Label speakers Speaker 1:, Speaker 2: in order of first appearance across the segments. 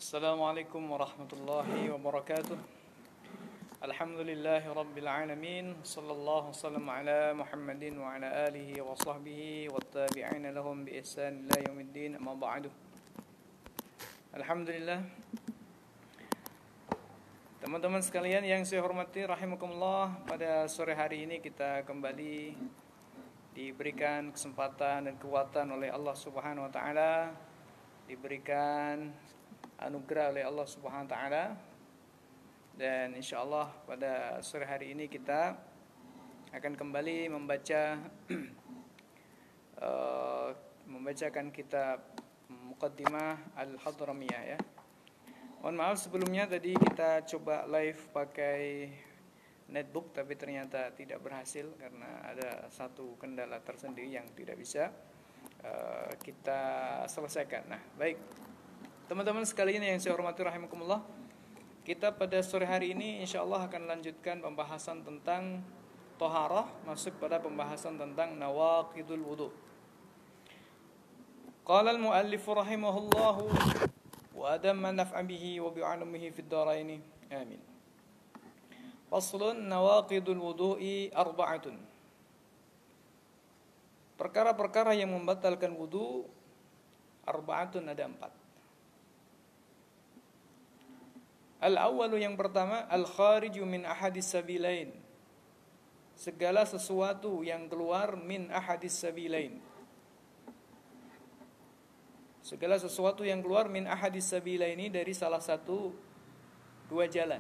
Speaker 1: Assalamualaikum warahmatullahi wabarakatuh. Alhamdulillahi rabbil alamin. Sallallahu wasallam ala Muhammadin wa ala alihi wa sahbihi wa tabi'ina lahum bi ihsan ila yaumiddin. Amma ba'du. Alhamdulillah. Teman-teman sekalian yang saya hormati rahimakumullah, pada sore hari ini kita kembali diberikan kesempatan dan kekuatan oleh Allah Subhanahu wa taala, diberikan anugerah oleh Allah Subhanahu wa taala, dan insyaallah pada sore hari ini kita akan kembali membacakan kitab Muqaddimah Al-Hadramiyah ya. Mohon maaf sebelumnya, tadi kita coba live pakai netbook tapi ternyata tidak berhasil karena ada satu kendala tersendiri yang tidak bisa kita selesaikan. Nah, baik. Teman-teman sekalian yang saya hormati rahimakumullah, kita pada sore hari ini insyaallah akan lanjutkan pembahasan tentang thaharah, masuk pada pembahasan tentang nawaqidul wudu. Qala al-muallif rahimahullahu wa adamma naf'a bihi wa bi'alumihi fid dharain. Amin. Faslun nawaqidul wudu'i arba'atun. Perkara-perkara yang membatalkan wudu arba'atun, ada 4. Al-awwalu, yang pertama, al-khariju min ahadis sabilain. Segala sesuatu yang keluar min ahadis sabilain. Segala sesuatu yang keluar min ahadis sabilaini, dari salah satu dua jalan.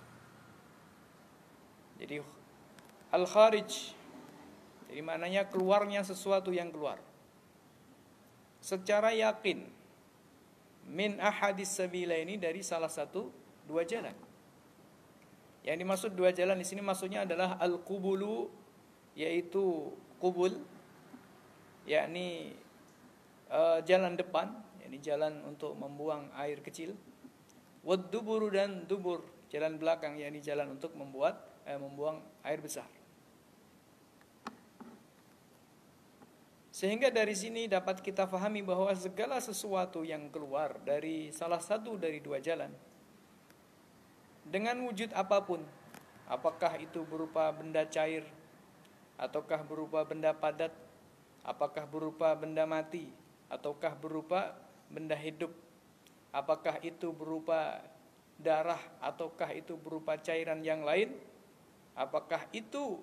Speaker 1: Jadi al-kharij, jadi maknanya keluarnya sesuatu yang keluar secara yakin, min ahadis sabilaini, dari salah satu dua jalan. Yang dimaksud dua jalan di sini maksudnya adalah al-qubulu, yaitu qubul, yakni jalan depan, yakni jalan untuk membuang air kecil. Wad-duburu, dan dubur, jalan belakang, yakni jalan untuk membuang air besar. Sehingga dari sini dapat kita fahami bahwa segala sesuatu yang keluar dari salah satu dari dua jalan, dengan wujud apapun, apakah itu berupa benda cair, ataukah berupa benda padat, apakah berupa benda mati, ataukah berupa benda hidup, apakah itu berupa darah, ataukah itu berupa cairan yang lain, apakah itu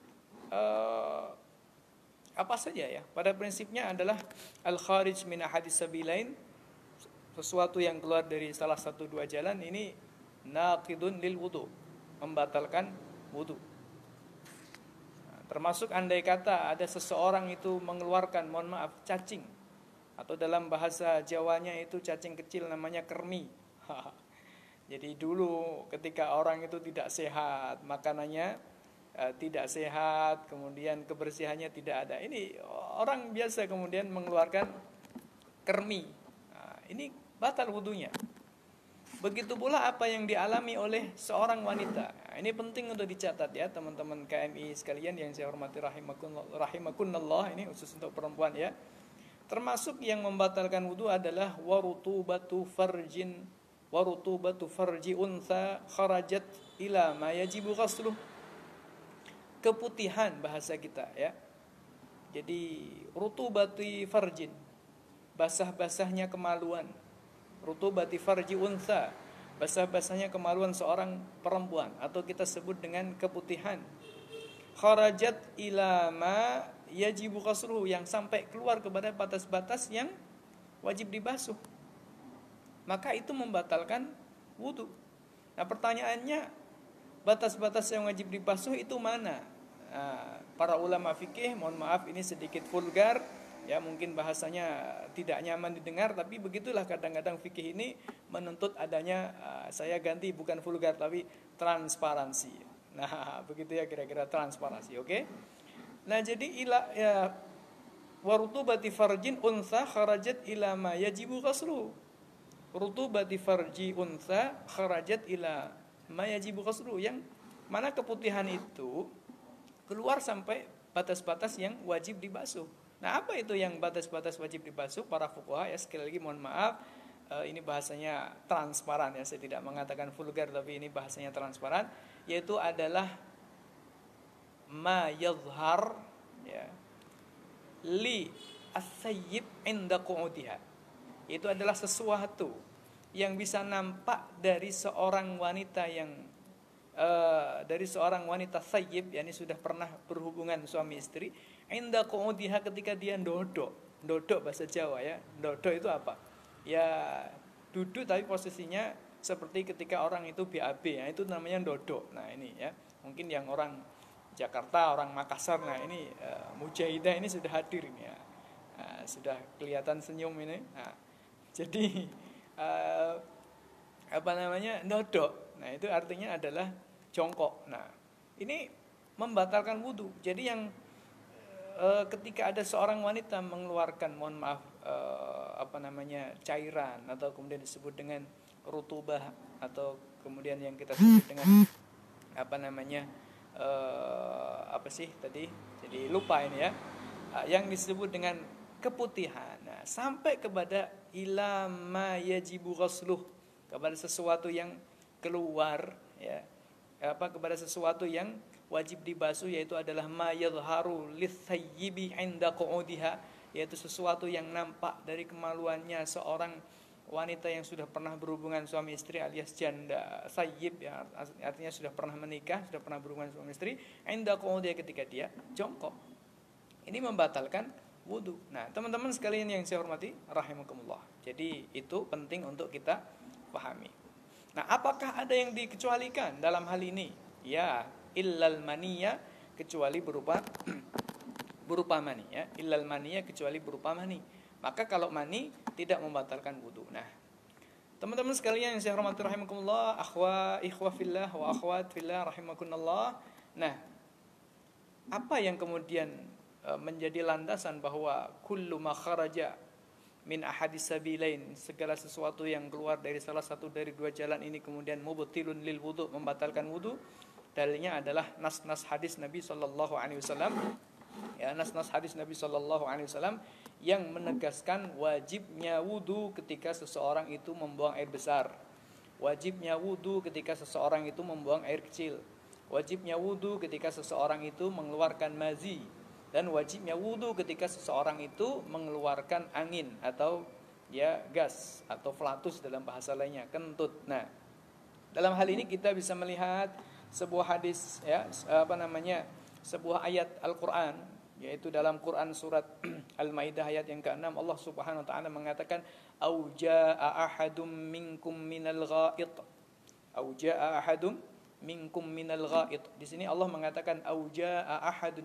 Speaker 1: apa saja ya, pada prinsipnya adalah al-kharij min ahadis sabilain, sesuatu yang keluar dari salah satu dua jalan ini naqidun lil wudu, membatalkan wudu. Termasuk andai kata ada seseorang itu mengeluarkan, mohon maaf, cacing, atau dalam bahasa Jawanya itu cacing kecil namanya kermi. Jadi dulu ketika orang itu tidak sehat, makanannya tidak sehat, kemudian kebersihannya tidak ada, ini orang biasa kemudian mengeluarkan kermi. Nah, ini batal wudunya. Begitu pula apa yang dialami oleh seorang wanita. Nah, ini penting untuk dicatat ya teman-teman KMI sekalian yang saya hormati rahimakunallah, ini khusus untuk perempuan ya. Termasuk yang membatalkan wudu adalah warutubatu farji untha kharajat ila ma yajibu ghasluh. Keputihan bahasa kita ya. Jadi rutubati farjin, basah-basahnya kemaluan. Rutubati farji untha, basah-basahnya kemaluan seorang perempuan, atau kita sebut dengan keputihan. Kharajat ila ma yajibu ghasluhu, yang sampai keluar kepada batas-batas yang wajib dibasuh, maka itu membatalkan wudu. Nah, pertanyaannya, batas-batas yang wajib dibasuh itu mana? Nah, para ulama fikih, mohon maaf ini sedikit vulgar ya, mungkin bahasanya tidak nyaman didengar, tapi begitulah kadang-kadang fikih ini menuntut adanya, saya ganti bukan vulgar tapi transparansi. Nah, begitu ya kira-kira, transparansi, oke? Nah, jadi warutubati farjin untha kharajat ila ma yajibu ghasluhu. Rutubati farji untha kharajat ila ma yajibu ghasluhu, yang mana keputihan itu keluar sampai batas-batas yang wajib dibasuh. Nah, apa itu yang batas-batas wajib dibasuh? Para fuqaha ya, sekali lagi mohon maaf, ini bahasanya transparan ya, saya tidak mengatakan vulgar tapi ini bahasanya transparan, yaitu adalah ma yadhhar ya li as-sayyib inda qu'udiha. Itu adalah sesuatu yang bisa nampak dari seorang wanita yang dari seorang wanita sayyib, yakni sudah pernah berhubungan suami istri, inda qu'udiha, ketika dia ndodok bahasa Jawa ya. Ndodok itu apa? Ya duduk tapi posisinya seperti ketika orang itu BAB ya, itu namanya ndodok. Nah ini ya, mungkin yang orang Jakarta, orang Makassar, nah ini Mujahidah ini sudah hadir ini ya. Nah, sudah kelihatan senyum ini. Nah, jadi apa namanya, ndodok. Nah itu artinya adalah jongkok. Nah ini membatalkan wudu. Jadi yang ketika ada seorang wanita mengeluarkan, mohon maaf, apa namanya, cairan atau kemudian disebut dengan rutubah, atau kemudian yang kita sebut dengan apa namanya, apa sih tadi, jadi lupa ini ya, yang disebut dengan keputihan. Nah, sampai kepada ila ma yajibu ghusluh, kepada sesuatu yang keluar ya, kepada sesuatu yang wajib dibasuh, yaitu adalah ma yadhharu lis-sayyibi 'inda qu'udiha, yaitu sesuatu yang nampak dari kemaluannya seorang wanita yang sudah pernah berhubungan suami istri alias janda sayyib ya, artinya sudah pernah menikah, sudah pernah berhubungan suami istri, 'inda qu'udiha, ketika dia jongkok. Ini membatalkan wudu. Nah, teman-teman sekalian yang saya hormati rahimakumullah. Jadi itu penting untuk kita pahami. Nah, apakah ada yang dikecualikan dalam hal ini? Ya, illal maniyya, kecuali berupa mani ya. Illal maniyya, kecuali berupa mani. Maka kalau mani tidak membatalkan wudu. Nah, teman-teman sekalian yang saya hormati rahimakumullah, ikhwah fillah wa akhwat fillah rahimakumullah. Nah, apa yang kemudian menjadi landasan bahwa kullu ma kharaja min ahadis sabilain, segala sesuatu yang keluar dari salah satu dari dua jalan ini kemudian mubtilun lil wudu, membatalkan wudu? Dalilnya adalah nas-nas hadis Nabi sallallahu alaihi wasallam. Ya, nas-nas hadis Nabi sallallahu alaihi wasallam yang menegaskan wajibnya wudu ketika seseorang itu membuang air besar. Wajibnya wudu ketika seseorang itu membuang air kecil. Wajibnya wudu ketika seseorang itu mengeluarkan mazi. Dan wajibnya wudu ketika seseorang itu mengeluarkan angin atau ya gas atau flatus dalam bahasa lainnya, kentut. Nah, dalam hal ini kita bisa melihat sebuah hadis ya, apa namanya, sebuah ayat Al-Qur'an, yaitu dalam Quran surat Al-Maidah ayat yang ke-6, Allah Subhanahu wa taala mengatakan au jaa ahadum minkum minal ghait. Au jaa ahadum minkum minal ghait. Di sini Allah mengatakan au jaa ahadun,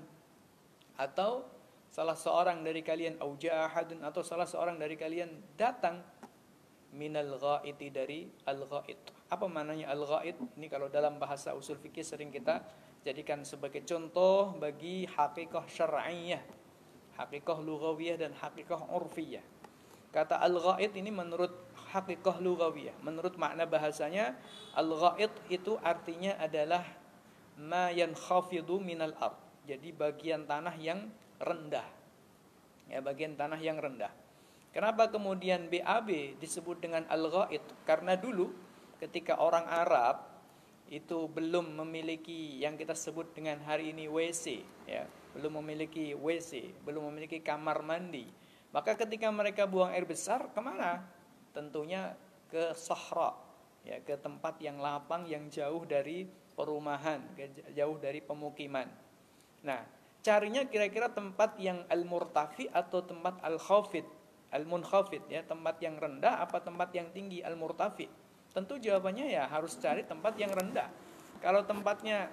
Speaker 1: atau salah seorang dari kalian, au jaa ahadun, atau salah seorang dari kalian datang minal ghaiti, dari al-ghait. Apa maknanya al-ghait? Ini kalau dalam bahasa usul fikih sering kita jadikan sebagai contoh bagi hakikah syar'iyyah, hakikah lughawiyah dan hakikah urfiyah. Kata al-ghait ini menurut hakikah lughawiyah, menurut makna bahasanya, al-ghait itu artinya adalah ma yankhafidu minal ard. Jadi bagian tanah yang rendah. Ya, bagian tanah yang rendah. Kenapa kemudian BAB disebut dengan al-ghait? Karena dulu ketika orang Arab itu belum memiliki yang kita sebut dengan hari ini WC, ya, belum memiliki WC, belum memiliki kamar mandi. Maka ketika mereka buang air besar, kemana? Tentunya ke sahra, ya, ke tempat yang lapang, yang jauh dari perumahan, jauh dari pemukiman. Nah, carinya kira-kira tempat yang al-murtafi atau tempat al-khafid, al-munkhafid, ya, tempat yang rendah apa tempat yang tinggi, al-murtafi. Tentu jawabannya ya harus cari tempat yang rendah. Kalau tempatnya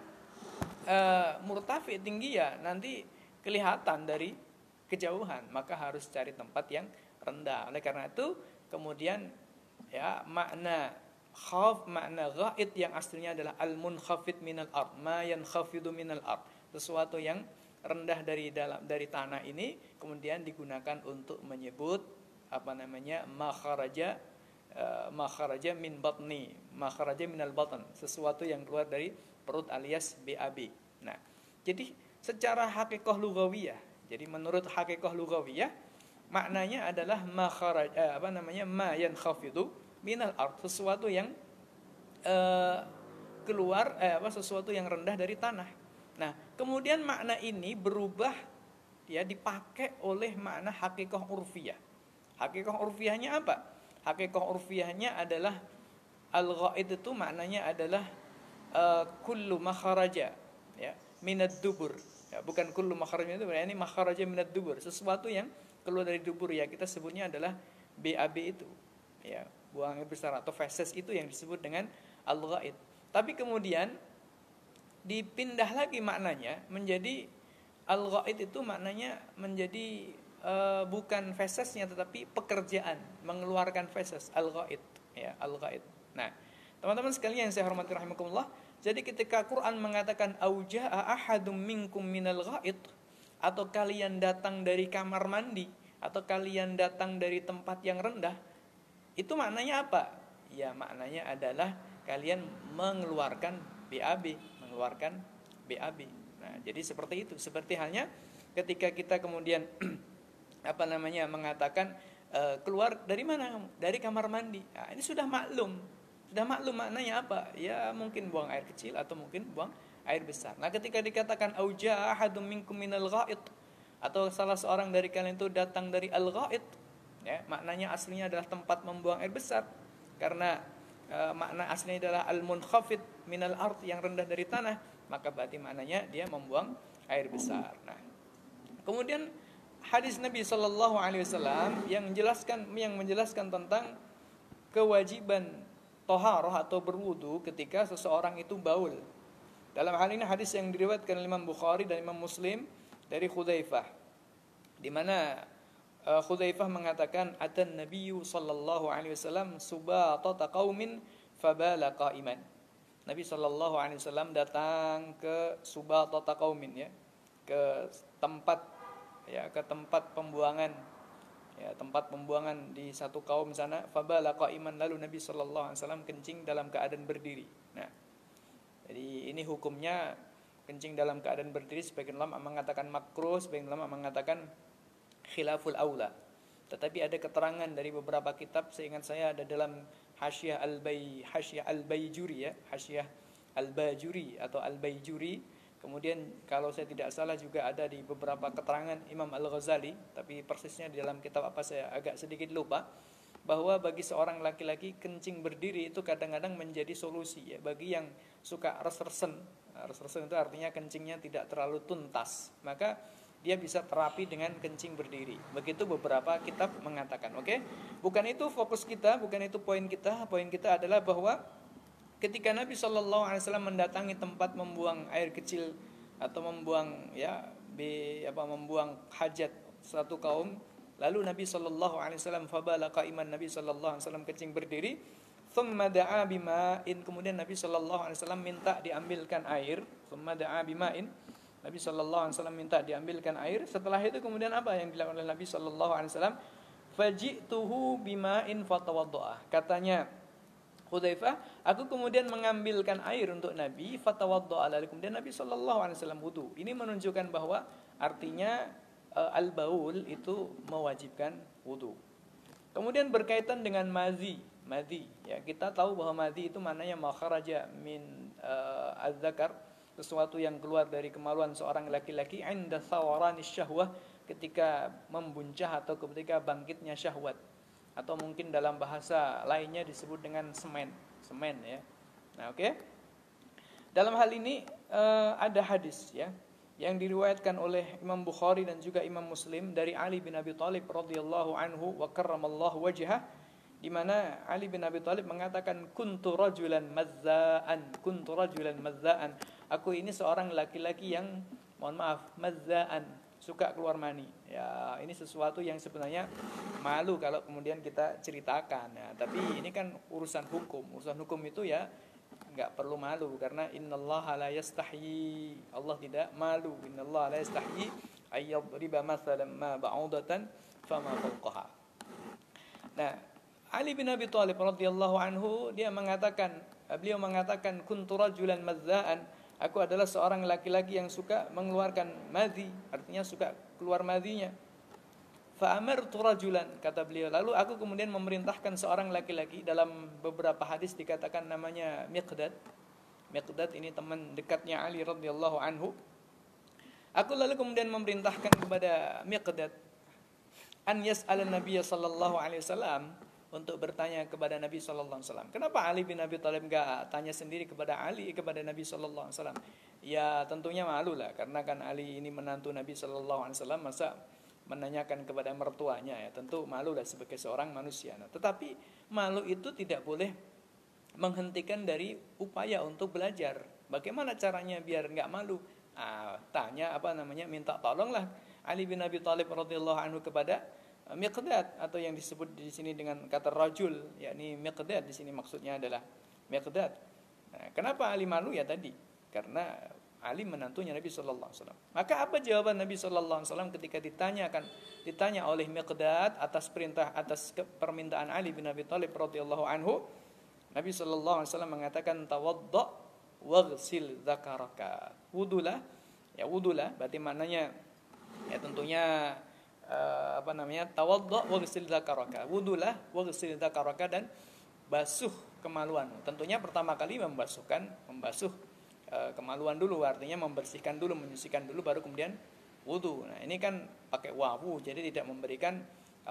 Speaker 1: murtafi, tinggi, ya nanti kelihatan dari kejauhan, maka harus cari tempat yang rendah. Oleh karena itu kemudian ya makna khaf, makna ghaid yang aslinya adalah al-munkhafid minal ard, ma yankhafidu minal ard, sesuatu yang rendah dari tanah ini kemudian digunakan untuk menyebut apa namanya, makharaja min batni, makharaja minal batn, sesuatu yang keluar dari perut alias BAB. Nah, jadi secara hakikah lughawiyah, jadi menurut hakikah lughawiyah maknanya adalah ma yankhafidu minal ard, sesuatu yang keluar sesuatu yang rendah dari tanah. Nah, kemudian makna ini berubah ya, dipakai oleh makna hakikah urfiyah. Hakikah urfiyahnya apa? Hakikah urfiyahnya adalah al-ghaid itu maknanya adalah kullu makharaja ya minad dubur. Ya, bukan kullu makharaja itu, ini makharaja minad dubur, sesuatu yang keluar dari dubur ya, kita sebutnya adalah BAB itu. Ya, buang air besar atau feses itu yang disebut dengan al-ghaid. Tapi kemudian dipindah lagi maknanya menjadi al-ghaid itu maknanya menjadi bukan fesesnya tetapi pekerjaan, mengeluarkan feses, al-ghaid ya, al-ghaid. Nah, teman-teman sekalian yang saya hormati rahimakumullah, jadi ketika Quran mengatakan auja'a ahadum minkum minal ghaid, atau kalian datang dari kamar mandi, atau kalian datang dari tempat yang rendah, itu maknanya apa? Ya, maknanya adalah kalian mengeluarkan BAB, mengeluarkan BAB. Nah, jadi seperti itu. Seperti halnya ketika kita kemudian mengatakan keluar dari mana? Dari kamar mandi. Nah, ini sudah maklum. Sudah maklum maknanya apa? Ya, mungkin buang air kecil atau mungkin buang air besar. Nah, ketika dikatakan auja'a ahadum minkum minal ghaid, atau salah seorang dari kalian itu datang dari al-ghaid, ya, maknanya aslinya adalah tempat membuang air besar. Karena makna aslinya adalah al-munkhafid minal ard, yang rendah dari tanah, maka berarti maknanya dia membuang air besar. Nah, kemudian hadis Nabi sallallahu alaihi wasallam yang menjelaskan tentang kewajiban thaharah atau berwudu ketika seseorang itu baul. Dalam hal ini hadis yang diriwayatkan oleh Imam Bukhari dan Imam Muslim dari Hudzaifah, di mana Hudzaifah mengatakan atan Nabiyyu sallallahu alaihi wasallam subatata qaumin fabala qa'iman. Nabi sallallahu alaihi wasallam datang ke subatata qaumin, ya, ke tempat pembuangan, ya, tempat pembuangan di satu kaum sana. Fabala qa'iman, lalu Nabi sallallahu alaihi wasallam kencing dalam keadaan berdiri. Nah, jadi ini hukumnya kencing dalam keadaan berdiri, sebagian ulama mengatakan makruh, sebagian ulama mengatakan khilaful aula. Tetapi ada keterangan dari beberapa kitab, seingat saya ada dalam Hasyiah Al-Baijuri, ya, Hasyiah Al-Bajuri atau Al-Baijuri. Kemudian kalau saya tidak salah juga ada di beberapa keterangan Imam Al-Ghazali, tapi persisnya di dalam kitab apa saya agak sedikit lupa, bahwa bagi seorang laki-laki kencing berdiri itu kadang-kadang menjadi solusi, ya, bagi yang suka res-resen. Res-resen itu artinya kencingnya tidak terlalu tuntas, maka dia bisa terapi dengan kencing berdiri. Begitu beberapa kitab mengatakan. Oke? Bukan itu fokus kita, bukan itu poin kita. Poin kita adalah bahwa ketika Nabi sallallahu alaihi wasallam mendatangi tempat membuang air kecil atau membuang membuang hajat satu kaum, lalu Nabi sallallahu alaihi wasallam fabala qa'iman, Nabi sallallahu alaihi wasallam kencing berdiri, thumma da'a bima'in, kemudian Nabi sallallahu alaihi wasallam minta diambilkan air, thumma da'a bima'in, Nabi sallallahu alaihi wasallam minta diambilkan air. Setelah itu kemudian apa yang dilakukan oleh Nabi sallallahu alaihi wasallam? Faji'tuhu bima'in fatawaddo'a. Katanya Hudzaifah, aku kemudian mengambilkan air untuk Nabi, fatawaddo'a, lalu kemudian Nabi sallallahu alaihi wasallam wudu. Ini menunjukkan bahwa artinya al-baul itu mewajibkan wudu. Kemudian berkaitan dengan madhi, ya, kita tahu bahwa madhi itu maknanya makharaja min az-zakar, sesuatu yang keluar dari kemaluan seorang laki-laki, inda thawaranis syahwah, ketika membuncah atau ketika bangkitnya syahwat, atau mungkin dalam bahasa lainnya disebut dengan semen, ya. Nah, oke. Dalam hal ini ada hadis, ya, yang diriwayatkan oleh Imam Bukhari dan juga Imam Muslim dari Ali bin Abi Thalib radhiyallahu anhu wa karramallahu wajhah, di mana Ali bin Abi Thalib mengatakan kuntu rajulan mazza'an, aku ini seorang laki-laki yang, mohon maaf, mazza'an, suka keluar mani. Ya, ini sesuatu yang sebenarnya malu kalau kemudian kita ceritakan. Nah, tapi ini kan urusan hukum. Urusan hukum itu ya enggak perlu malu, karena innallaha la yastahyi, Allah tidak malu. Innallaha la yastahyi ayyadriba mathalan ma ba'udatan fama fawqaha. Nah, Ali bin Abi Thalib radhiyallahu anhu beliau mengatakan kuntu rajulan mazza'an, aku adalah seorang laki-laki yang suka mengeluarkan madhi, artinya suka keluar madhinya. Fa'amartu rajulan, kata beliau, lalu aku kemudian memerintahkan seorang laki-laki. Dalam beberapa hadis dikatakan namanya Miqdad. Miqdad ini teman dekatnya Ali radhiyallahu anhu. Aku lalu kemudian memerintahkan kepada Miqdad an yas'ala Nabi sallallahu alaihi wasallam, untuk bertanya kepada Nabi sallallahu alaihi wasallam. Kenapa Ali bin Abi Thalib enggak tanya sendiri kepada Nabi sallallahu alaihi wasallam? Ya tentunya malu lah, karena kan Ali ini menantu Nabi sallallahu alaihi wasallam, masa menanyakan kepada mertuanya, ya tentu malu lah sebagai seorang manusia. Nah, tetapi malu itu tidak boleh menghentikan dari upaya untuk belajar. Bagaimana caranya biar enggak malu? Minta tolonglah Ali bin Abi Thalib radhiyallahu anhu kepada Miqdad, atau yang disebut di sini dengan kata rajul, yakni Miqdad di sini maksudnya adalah Miqdad. Nah, kenapa Ali malu? Ya tadi karena Ali menantunya Nabi sallallahu alaihi wasallam. Maka apa jawaban Nabi sallallahu alaihi wasallam ketika ditanya oleh Miqdad atas permintaan Ali bin Abi Thalib radhiyallahu anhu? Nabi sallallahu alaihi wasallam mengatakan tawadda waghsil dzakaraka. Wudulah, berarti maknanya ya tentunya tawadda waghsil dzakaraka. Wudulah waghsil dzakaraka, dan basuh kemaluan. Tentunya pertama kali membasuh kemaluan dulu, artinya membersihkan dulu, menyucikan dulu, baru kemudian wudu. Nah, ini kan pakai wawu, jadi tidak memberikan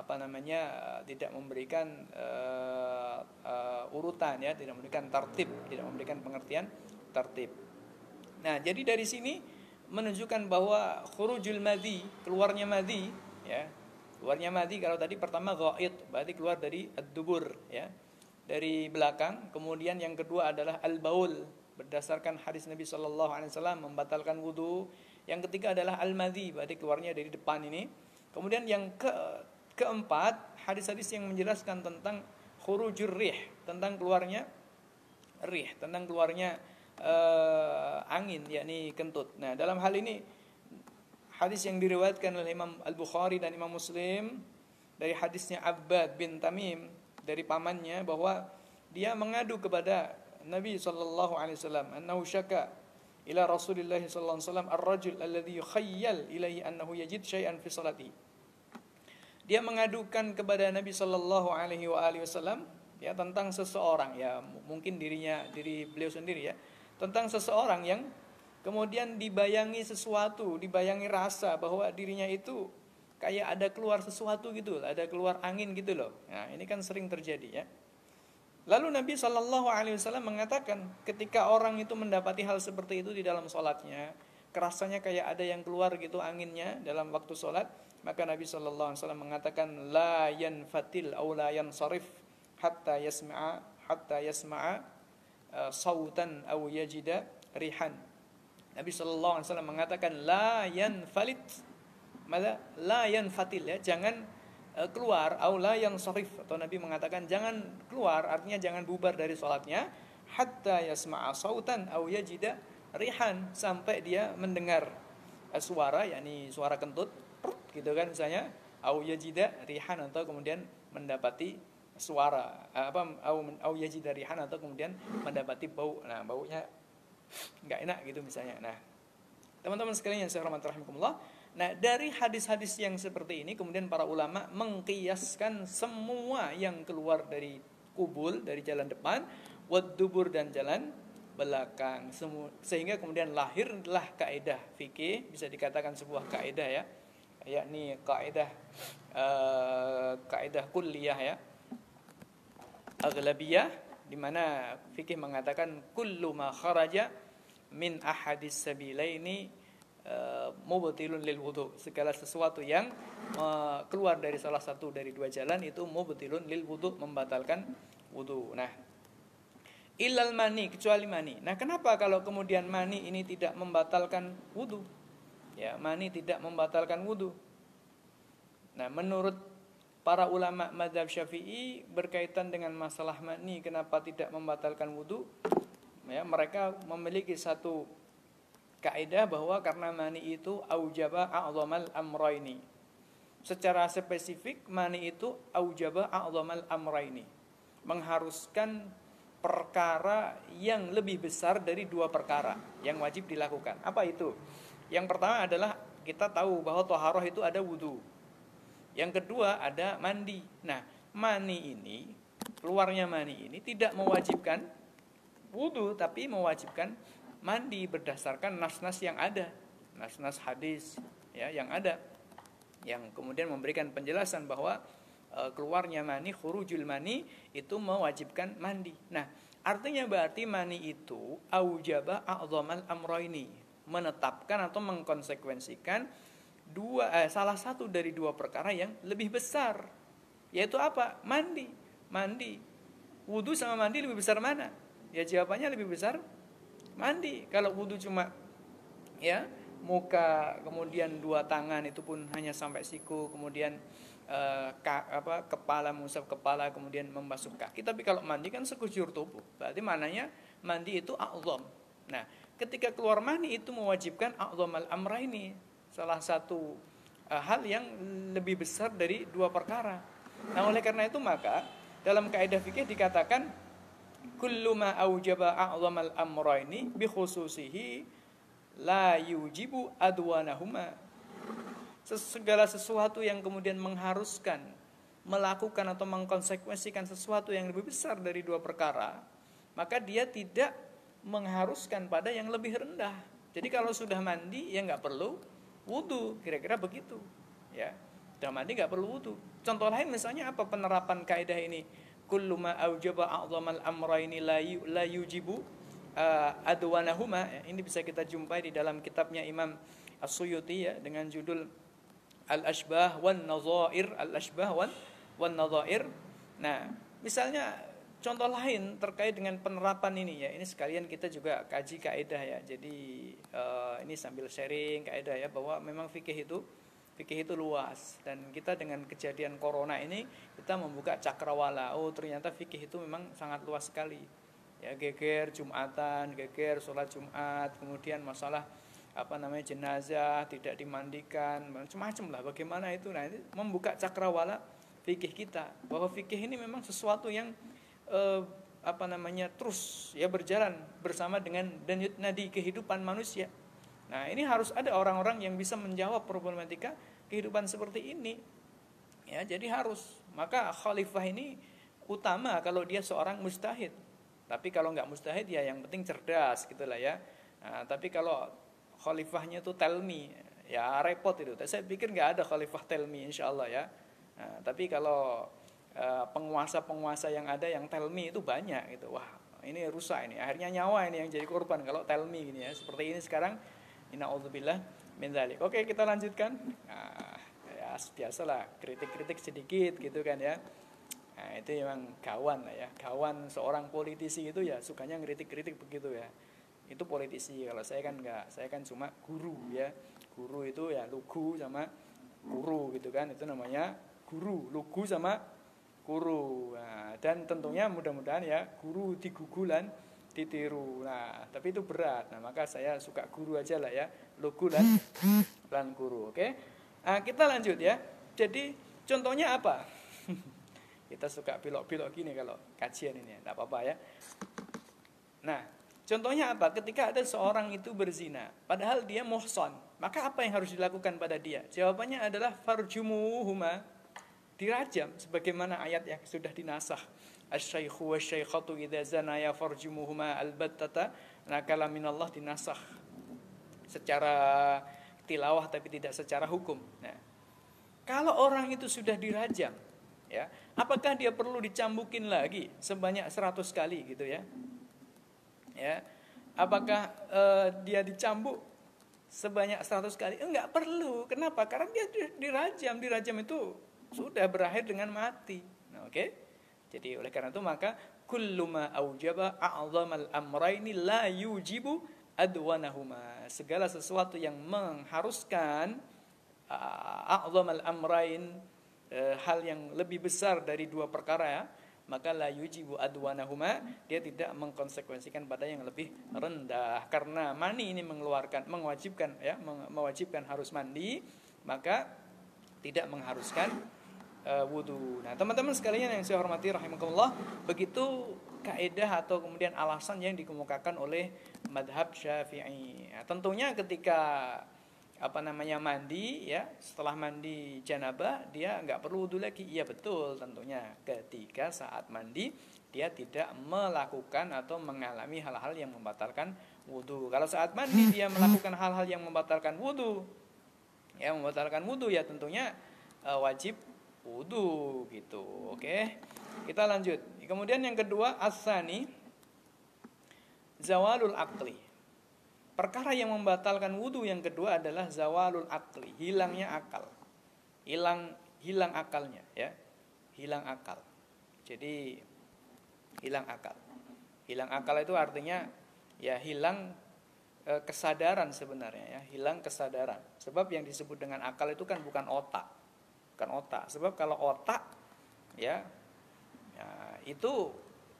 Speaker 1: urutan, ya, tidak memberikan tartib, tidak memberikan pengertian tartib. Nah, jadi dari sini menunjukkan bahwa khurujul madhi, keluarnya madhi, ya. Keluarnya madhi, kalau tadi pertama ghaid, berarti keluar dari ad-dubur, ya, dari belakang. Kemudian yang kedua adalah al-baul, berdasarkan hadis Nabi sallallahu alaihi wasallam membatalkan wudu. Yang ketiga adalah al-madhi, berarti keluarnya dari depan ini. Kemudian yang keempat, hadis-hadis yang menjelaskan tentang khurujur rih, tentang keluarnya angin, yakni kentut. Nah, dalam hal ini hadis yang diriwayatkan oleh Imam Al-Bukhari dan Imam Muslim dari hadisnya Abbad bin Tamim dari pamannya, bahwa dia mengadu kepada Nabi sallallahu alaihi wasallam annahu syaka ila Rasulillah sallallahu alaihi wasallam ar-rajul alladhi yukhayyal ilaihi annahu yajid syai'an fi salati. Dia mengadukan kepada Nabi sallallahu alaihi wasallam, ya, tentang seseorang, ya mungkin diri beliau sendiri, ya, tentang seseorang yang kemudian dibayangi rasa bahwa dirinya itu kayak ada keluar sesuatu gitu, ada keluar angin gitu loh. Nah, ini kan sering terjadi, ya. Lalu Nabi sallallahu alaihi wasallam mengatakan, ketika orang itu mendapati hal seperti itu di dalam sholatnya, kerasanya kayak ada yang keluar gitu anginnya dalam waktu sholat, maka Nabi sallallahu alaihi wasallam mengatakan la yanfatil aw la yansarif hatta yasma'a sautan aw yajida rihan. Nabi sallallahu alaihi wasallam mengatakan la yanfatil, ya, jangan keluar, aula yang sarif, atau Nabi mengatakan jangan keluar, artinya jangan bubar dari sholatnya, hatta yasma'a sautan aw yajida rihan, sampai dia mendengar suara, yakni suara kentut, gitu kan misalnya, aw yajida rihan, atau kemudian mendapati suara aw yajida rihan, atau kemudian mendapati bau. Nah, baunya enggak enak gitu misalnya. Nah, teman-teman sekalian yang saya hormati rahimakumullah, nah, dari hadis-hadis yang seperti ini kemudian para ulama mengkiaskan semua yang keluar dari kubul, dari jalan depan, wad-dubur, dan jalan belakang, sehingga kemudian lahirlah kaidah fikih, bisa dikatakan sebuah kaidah, ya, yakni kaidah kulliyah, ya, aghlabiyah, di mana fikih mengatakan kullu ma kharaja min ahadis sabilaini mubtilun lil wudu, segala sesuatu yang keluar dari salah satu dari dua jalan itu mubtilun lil wudu, membatalkan wudu. Nah, ilal mani, kecuali mani. Nah, kenapa kalau kemudian mani ini tidak membatalkan wudu? Ya, mani tidak membatalkan wudu. Nah, menurut para ulama mazhab Syafi'i berkaitan dengan masalah mani kenapa tidak membatalkan wudu, ya, mereka memiliki satu kaidah bahwa karena mani itu aujaba a'zamal amraini. Secara spesifik mani itu aujaba a'zamal amraini, mengharuskan perkara yang lebih besar dari dua perkara yang wajib dilakukan. Apa itu? Yang pertama adalah kita tahu bahwa thaharah itu ada wudu. Yang kedua ada mandi. Nah, mani ini, keluarnya mani ini tidak mewajibkan wudu, tapi mewajibkan mandi berdasarkan nas-nas yang ada, nas-nas hadis ya yang ada, yang kemudian memberikan penjelasan bahwa keluarnya mani, khurujul mani itu mewajibkan mandi. Nah, artinya berarti mani itu aujaba a'dhamal amrayni, menetapkan atau mengkonsekuensikan salah satu dari dua perkara yang lebih besar, yaitu apa? Mandi. Wudu sama mandi lebih besar mana? Ya jawabannya lebih besar mandi. Kalau wudu cuma ya muka, kemudian dua tangan itu pun hanya sampai siku, kemudian kepala, mengusap kepala, kemudian membasuh kaki. Tapi kalau mandi kan sekujur tubuh. Berarti mananya mandi itu a'dham. Nah, ketika keluar mani itu mewajibkan a'dhamal amraini, salah satu hal yang lebih besar dari dua perkara. Nah, oleh karena itu maka dalam kaidah fikih dikatakan kullu ma aujaba a'dhamal amraini bi khususihi la yujibu adwanahuma. Segala sesuatu yang kemudian mengharuskan melakukan atau mengkonsekuensikan sesuatu yang lebih besar dari dua perkara, maka dia tidak mengharuskan pada yang lebih rendah. Jadi kalau sudah mandi ya nggak perlu wudu, kira-kira begitu ya. Sudah mandi nggak perlu wudu. Contoh lain misalnya apa penerapan kaidah ini? Kullu ma aujaba a'dhamal amrayni la yujibu adwanahuma. Ini bisa kita jumpai di dalam kitabnya Imam As-Suyuti ya, dengan judul Al-Ashbah wan Nadhair, Al-Ashbah wan Nadhair. Nah, misalnya contoh lain terkait dengan penerapan ini ya. Ini sekalian kita juga kaji kaidah ya. Jadi ini sambil sharing kaidah ya, bahwa memang fikih itu luas, dan kita dengan kejadian corona ini kita membuka cakrawala. Oh, ternyata fikih itu memang sangat luas sekali. Ya, geger Jumatan, geger sholat Jumat, kemudian masalah jenazah tidak dimandikan, macam-macam lah bagaimana itu. Nah, ini membuka cakrawala fikih kita, bahwa fikih ini memang sesuatu yang terus ya berjalan bersama dengan denyut nadi kehidupan manusia. Nah, ini harus ada orang-orang yang bisa menjawab problematika kehidupan seperti ini. Ya, jadi harus. Maka khalifah ini utama kalau dia seorang mujtahid. Tapi kalau nggak mujtahid ya yang penting cerdas gitulah ya. Nah, tapi kalau khalifahnya itu telmi, ya repot itu. Saya pikir nggak ada khalifah telmi insyaallah ya. Nah, tapi kalau penguasa-penguasa yang ada yang telmi itu banyak gitu. Wah, ini rusak ini. Akhirnya nyawa ini yang jadi korban kalau telmi gini ya. Seperti ini sekarang. Ina'udzubillah min dzalik. Oke, kita lanjutkan. Nah, ya biasalah kritik-kritik sedikit gitu kan ya. Nah, itu memang kawan lah ya. Kawan seorang politisi itu ya sukanya ngeritik-kritik begitu ya. Itu politisi. Kalau saya kan enggak, saya kan cuma guru ya. Guru itu ya lugu sama guru gitu kan. Itu namanya guru, lugu sama guru. Nah, dan tentunya mudah-mudahan ya guru digugulan ditiru. Nah, tapi itu berat. Nah, maka saya suka guru aja lah ya. Lugu dan guru. Oke. Nah, kita lanjut ya. Jadi contohnya apa? Kita suka pilok-pilok gini kalau kajian ini ya. Enggak apa-apa ya. Nah, contohnya apa? Ketika ada seorang itu berzina, padahal dia muhsan, maka apa yang harus dilakukan pada dia? Jawabannya adalah farjumuhuma, dirajam sebagaimana ayat yang sudah dinasakh. Asy-syaikhu wasy-syaikhatu idza zanaya farjumuhuma albattata. Nah, kalam minallah dinasakh secara tilawah tapi tidak secara hukum. Nah, kalau orang itu sudah dirajam, ya, apakah dia perlu dicambukin lagi sebanyak 100 kali gitu ya? Ya, apakah dia dicambuk sebanyak 100 kali? Enggak perlu. Kenapa? Karena dia dirajam. Dirajam itu sudah berakhir dengan mati. Nah, oke. Jadi oleh karena itu maka kullu ma aujaba a'dhamal amrayni la yujibu adwanahuma. Segala sesuatu yang mengharuskan a'dhamal amrayn, hal yang lebih besar dari dua perkara ya, maka la yujibu adwanahuma, dia tidak mengkonsekuensikan pada yang lebih rendah. Karena mani ini mewajibkan harus mandi, maka tidak mengharuskan wudu. Nah, teman-teman sekalian yang saya hormati rahimakumullah, begitu kaidah atau kemudian alasan yang dikemukakan oleh madhab Syafi'i. Nah, tentunya ketika mandi ya, setelah mandi janabah dia nggak perlu wudu lagi. Iya betul, tentunya ketika saat mandi dia tidak melakukan atau mengalami hal-hal yang membatalkan wudu. Kalau saat mandi dia melakukan hal-hal yang membatalkan wudu, ya tentunya wajib wudu gitu. Oke, kita lanjut. Kemudian yang kedua, as-tsani zawalul aqli. Perkara yang membatalkan wudu yang kedua adalah zawalul aqli, hilangnya akal. Hilang akalnya ya. Hilang akal. Jadi hilang akal. Hilang akal itu artinya ya hilang kesadaran sebenarnya ya, hilang kesadaran. Sebab yang disebut dengan akal itu kan bukan otak. Bukan otak. Sebab kalau otak ya itu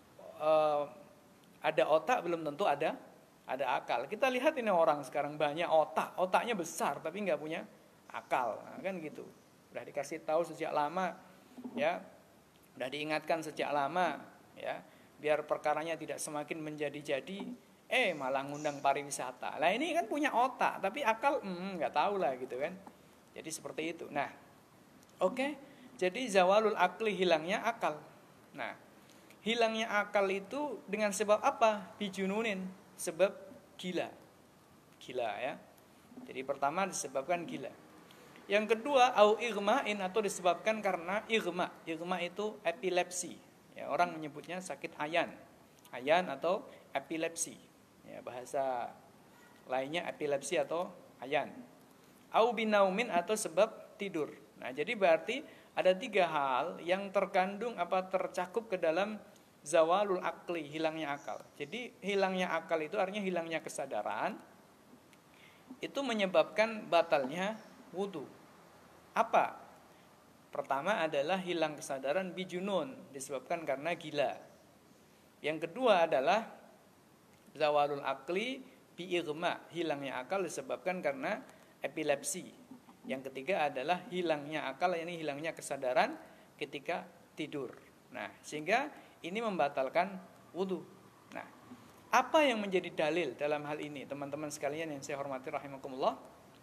Speaker 1: ada otak belum tentu ada akal. Kita lihat ini orang sekarang banyak otaknya besar tapi nggak punya akal, nah, kan gitu. Udah dikasih tahu sejak lama, ya, udah diingatkan sejak lama, ya, biar perkaranya tidak semakin menjadi-jadi, malah ngundang pariwisata. Lah ini kan punya otak tapi akal nggak tahu lah gitu kan. Jadi seperti itu. Nah, oke. Jadi zawalul akli, hilangnya akal. Nah, hilangnya akal itu dengan sebab apa? Bijununin, sebab gila ya. Jadi pertama disebabkan gila. Yang kedua au irma'in, atau disebabkan karena irma. Irma itu epilepsi. Ya, orang menyebutnya sakit ayan atau epilepsi. Ya, bahasa lainnya epilepsi atau ayan. Au binaumin, atau sebab tidur. Nah, jadi berarti ada 3 hal yang tercakup ke dalam zawalul akli, hilangnya akal. Jadi hilangnya akal itu artinya hilangnya kesadaran. Itu menyebabkan batalnya wudu. Apa? Pertama adalah hilang kesadaran bijunun, disebabkan karena gila. Yang kedua adalah zawalul akli biirma, hilangnya akal disebabkan karena epilepsi. Yang ketiga adalah hilangnya akal, ini hilangnya kesadaran ketika tidur. Nah, sehingga ini membatalkan wudu. Nah, apa yang menjadi dalil dalam hal ini, teman-teman sekalian yang saya hormati rahimakumullah?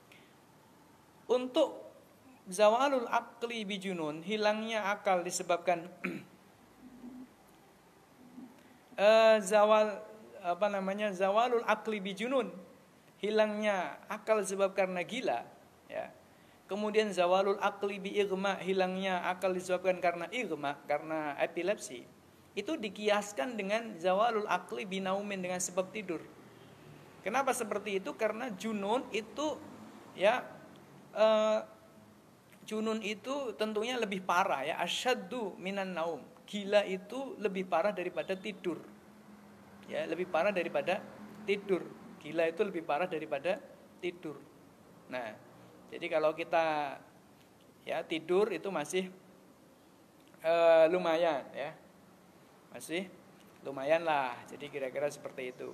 Speaker 1: Untuk zawalul aqli bijunun, hilangnya akal disebabkan zawalul aqli bijunun, hilangnya akal disebabkan karena gila, ya. Kemudian zawalul aqli bi irma, hilangnya akal disebabkan karena irma, karena epilepsi. Itu dikiaskan dengan zawalul aqli binaumin, dengan sebab tidur. Kenapa seperti itu? Karena junun itu ya junun itu tentunya lebih parah ya, asyaddu minan naum. Gila itu lebih parah daripada tidur. Ya, lebih parah daripada tidur. Gila itu lebih parah daripada tidur. Nah, jadi kalau kita ya tidur itu masih lumayan ya. Masih lumayan lah. Jadi kira-kira seperti itu.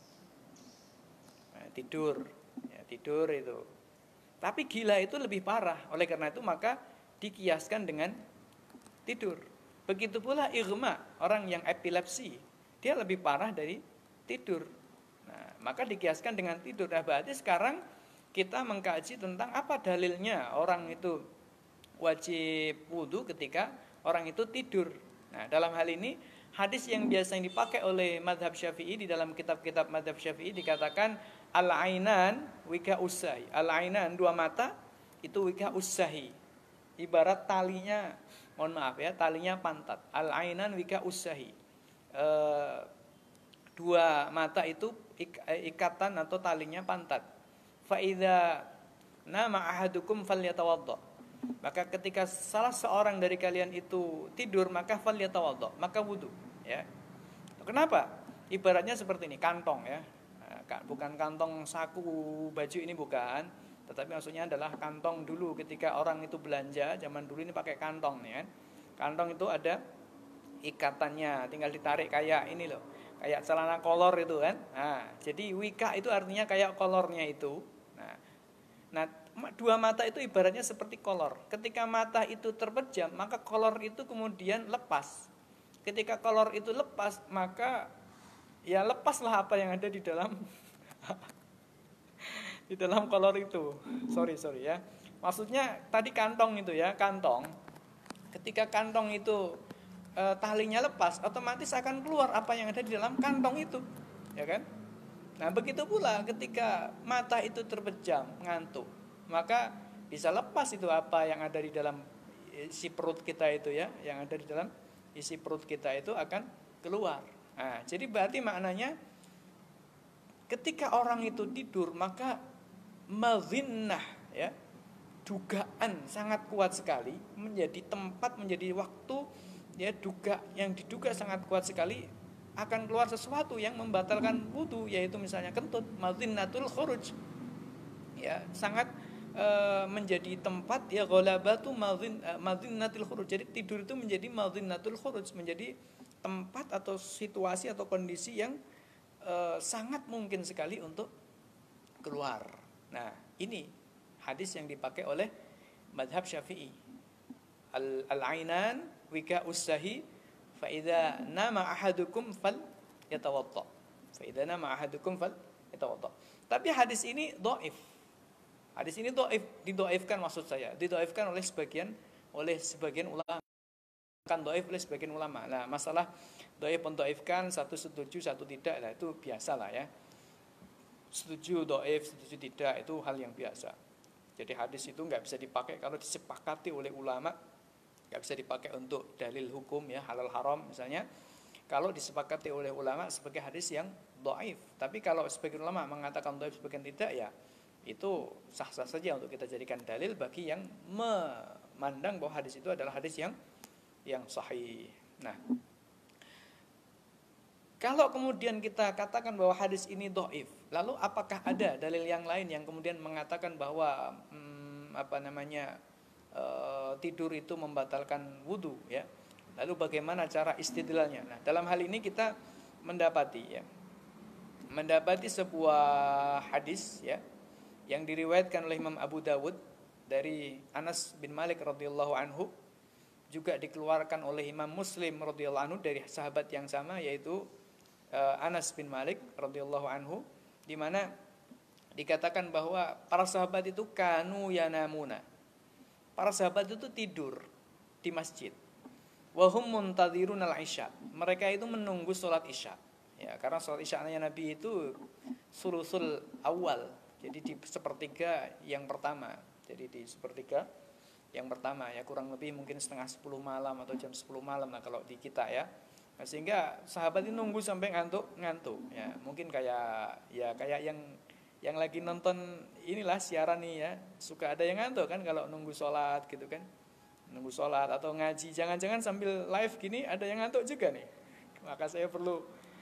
Speaker 1: Nah, tidur itu. Tapi gila itu lebih parah. Oleh karena itu maka dikiaskan dengan tidur. Begitu pula irma, orang yang epilepsi, dia lebih parah dari tidur. Nah, maka dikiaskan dengan tidur. Nah, berarti sekarang kita mengkaji tentang apa dalilnya orang itu wajib wudu ketika orang itu tidur. Nah, dalam hal ini hadis yang biasa dipakai oleh mazhab Syafi'i, di dalam kitab-kitab mazhab Syafi'i dikatakan al-ainan wika usahi. Al-ainan, 2 mata itu wika usahi. Ibarat talinya, mohon maaf ya, talinya pantat. Al-ainan wika usahi. 2 mata itu ikatan atau talinya pantat. Fa idza nama ahadukum falyatawadda. Maka ketika salah seorang dari kalian itu tidur, maka falyatawadda, maka wudu, ya. Kenapa? Ibaratnya seperti ini, kantong ya. Nah, bukan kantong saku baju ini, bukan, tetapi maksudnya adalah kantong dulu ketika orang itu belanja, zaman dulu ini pakai kantong ya. Kantong itu ada ikatannya, tinggal ditarik kayak ini loh, kayak celana kolor itu kan. Nah, jadi wika itu artinya kayak kolornya itu. Nah, 2 mata itu ibaratnya seperti kolor. Ketika mata itu terpejam, maka kolor itu kemudian lepas. Ketika kolor itu lepas, maka ya lepaslah apa yang ada di dalam. Di dalam kolor itu. Sorry ya. Maksudnya tadi kantong itu ya, kantong. Ketika kantong itu talinya lepas, otomatis akan keluar apa yang ada di dalam kantong itu, ya kan? Nah, begitu pula ketika mata itu terpejam, ngantuk, maka bisa lepas itu apa yang ada di dalam isi perut kita itu ya, yang ada di dalam isi perut kita itu akan keluar. Nah, jadi berarti maknanya ketika orang itu tidur maka mazinnah ya, dugaan sangat kuat sekali menjadi tempat, menjadi waktu ya, yang diduga sangat kuat sekali akan keluar sesuatu yang membatalkan wudu, yaitu misalnya kentut, madzinnatul khuruj ya, sangat menjadi tempat ya, ghalabatu madzinnatul khuruj. Jadi tidur itu menjadi madzinnatul khuruj, menjadi tempat atau situasi atau kondisi yang sangat mungkin sekali untuk keluar. Nah, ini hadis yang dipakai oleh madhab Syafi'i. Al-ainan wika usahi fa idza nama ahadukum fal yatawadda. Fa idza nama ahadukum fal yatawadda. Tapi hadis ini dhaif. Hadis ini dhaif, didhaifkan maksud saya. Didhaifkan oleh sebagian ulama. Kan dhaif oleh sebagian ulama. Nah, masalah dhaif mendhaifkan, satu setuju, satu tidak, lah itu biasalah ya. Setuju dhaif, setuju tidak, itu hal yang biasa. Jadi hadis itu nggak bisa dipakai kalau disepakati oleh ulama, nggak bisa dipakai untuk dalil hukum ya, halal haram misalnya. Kalau disepakati oleh ulama sebagai hadis yang dhaif. Tapi kalau sebagian ulama mengatakan dhaif, sebagian tidak, ya itu sah-sah saja untuk kita jadikan dalil bagi yang memandang bahwa hadis itu adalah hadis yang sahih. Nah, kalau kemudian kita katakan bahwa hadis ini dhaif, lalu apakah ada dalil yang lain yang kemudian mengatakan bahwa tidur itu membatalkan wudu ya? Lalu bagaimana cara istidlalnya? Nah, dalam hal ini kita mendapati sebuah hadis ya, yang diriwayatkan oleh Imam Abu Dawud dari Anas bin Malik radhiyallahu anhu, juga dikeluarkan oleh Imam Muslim radhiyallahu anhu dari sahabat yang sama, yaitu Anas bin Malik radhiyallahu anhu, di mana dikatakan bahwa para sahabat itu kanu yanamuna. Para sahabat itu tidur di masjid. Wa hum muntadhirun al-isya. Mereka itu menunggu salat isya. Ya, karena salat isya-nya Nabi itu sulusul awal. Jadi di sepertiga yang pertama. Jadi di sepertiga yang pertama ya, kurang lebih mungkin setengah 10 malam atau jam 10 malam lah kalau di kita ya. Nah, sehingga sahabat ini nunggu sampai ngantuk ya. Mungkin kayak yang lagi nonton inilah siaran nih ya, suka ada yang ngantuk kan kalau nunggu sholat gitu kan, nunggu sholat atau ngaji, jangan-jangan sambil live gini ada yang ngantuk juga nih. Maka saya perlu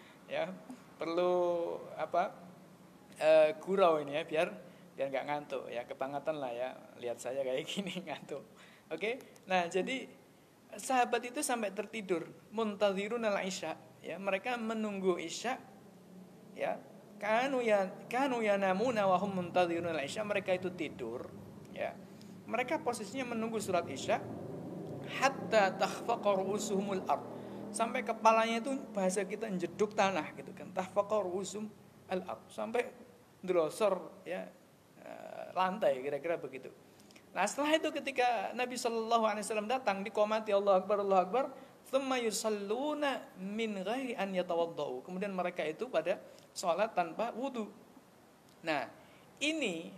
Speaker 1: gurau ini ya, biar nggak ngantuk ya, kebangetan lah ya lihat saya kayak gini ngantuk. Oke. Nah, jadi sahabat itu sampai tertidur, muntadhirun al-isya ya, mereka menunggu isya ya. Kanu yanamuna wa hum muntadhirun al-isya, mereka itu tidur ya. Mereka posisinya menunggu surat isya hatta takhfaqa ru'usuhumul ard, sampai kepalanya itu bahasa kita jeduk tanah gitu kan, takhfaqa ru'usum al-ard, sampai drosor ya lantai, kira-kira begitu. Nah, setelah itu ketika Nabi SAW datang, diqomati Allahu Akbar, Allahu Akbar, thumma yusalluna min ghairi an yatawaddau, kemudian mereka itu pada sholat tanpa wudu. Nah, ini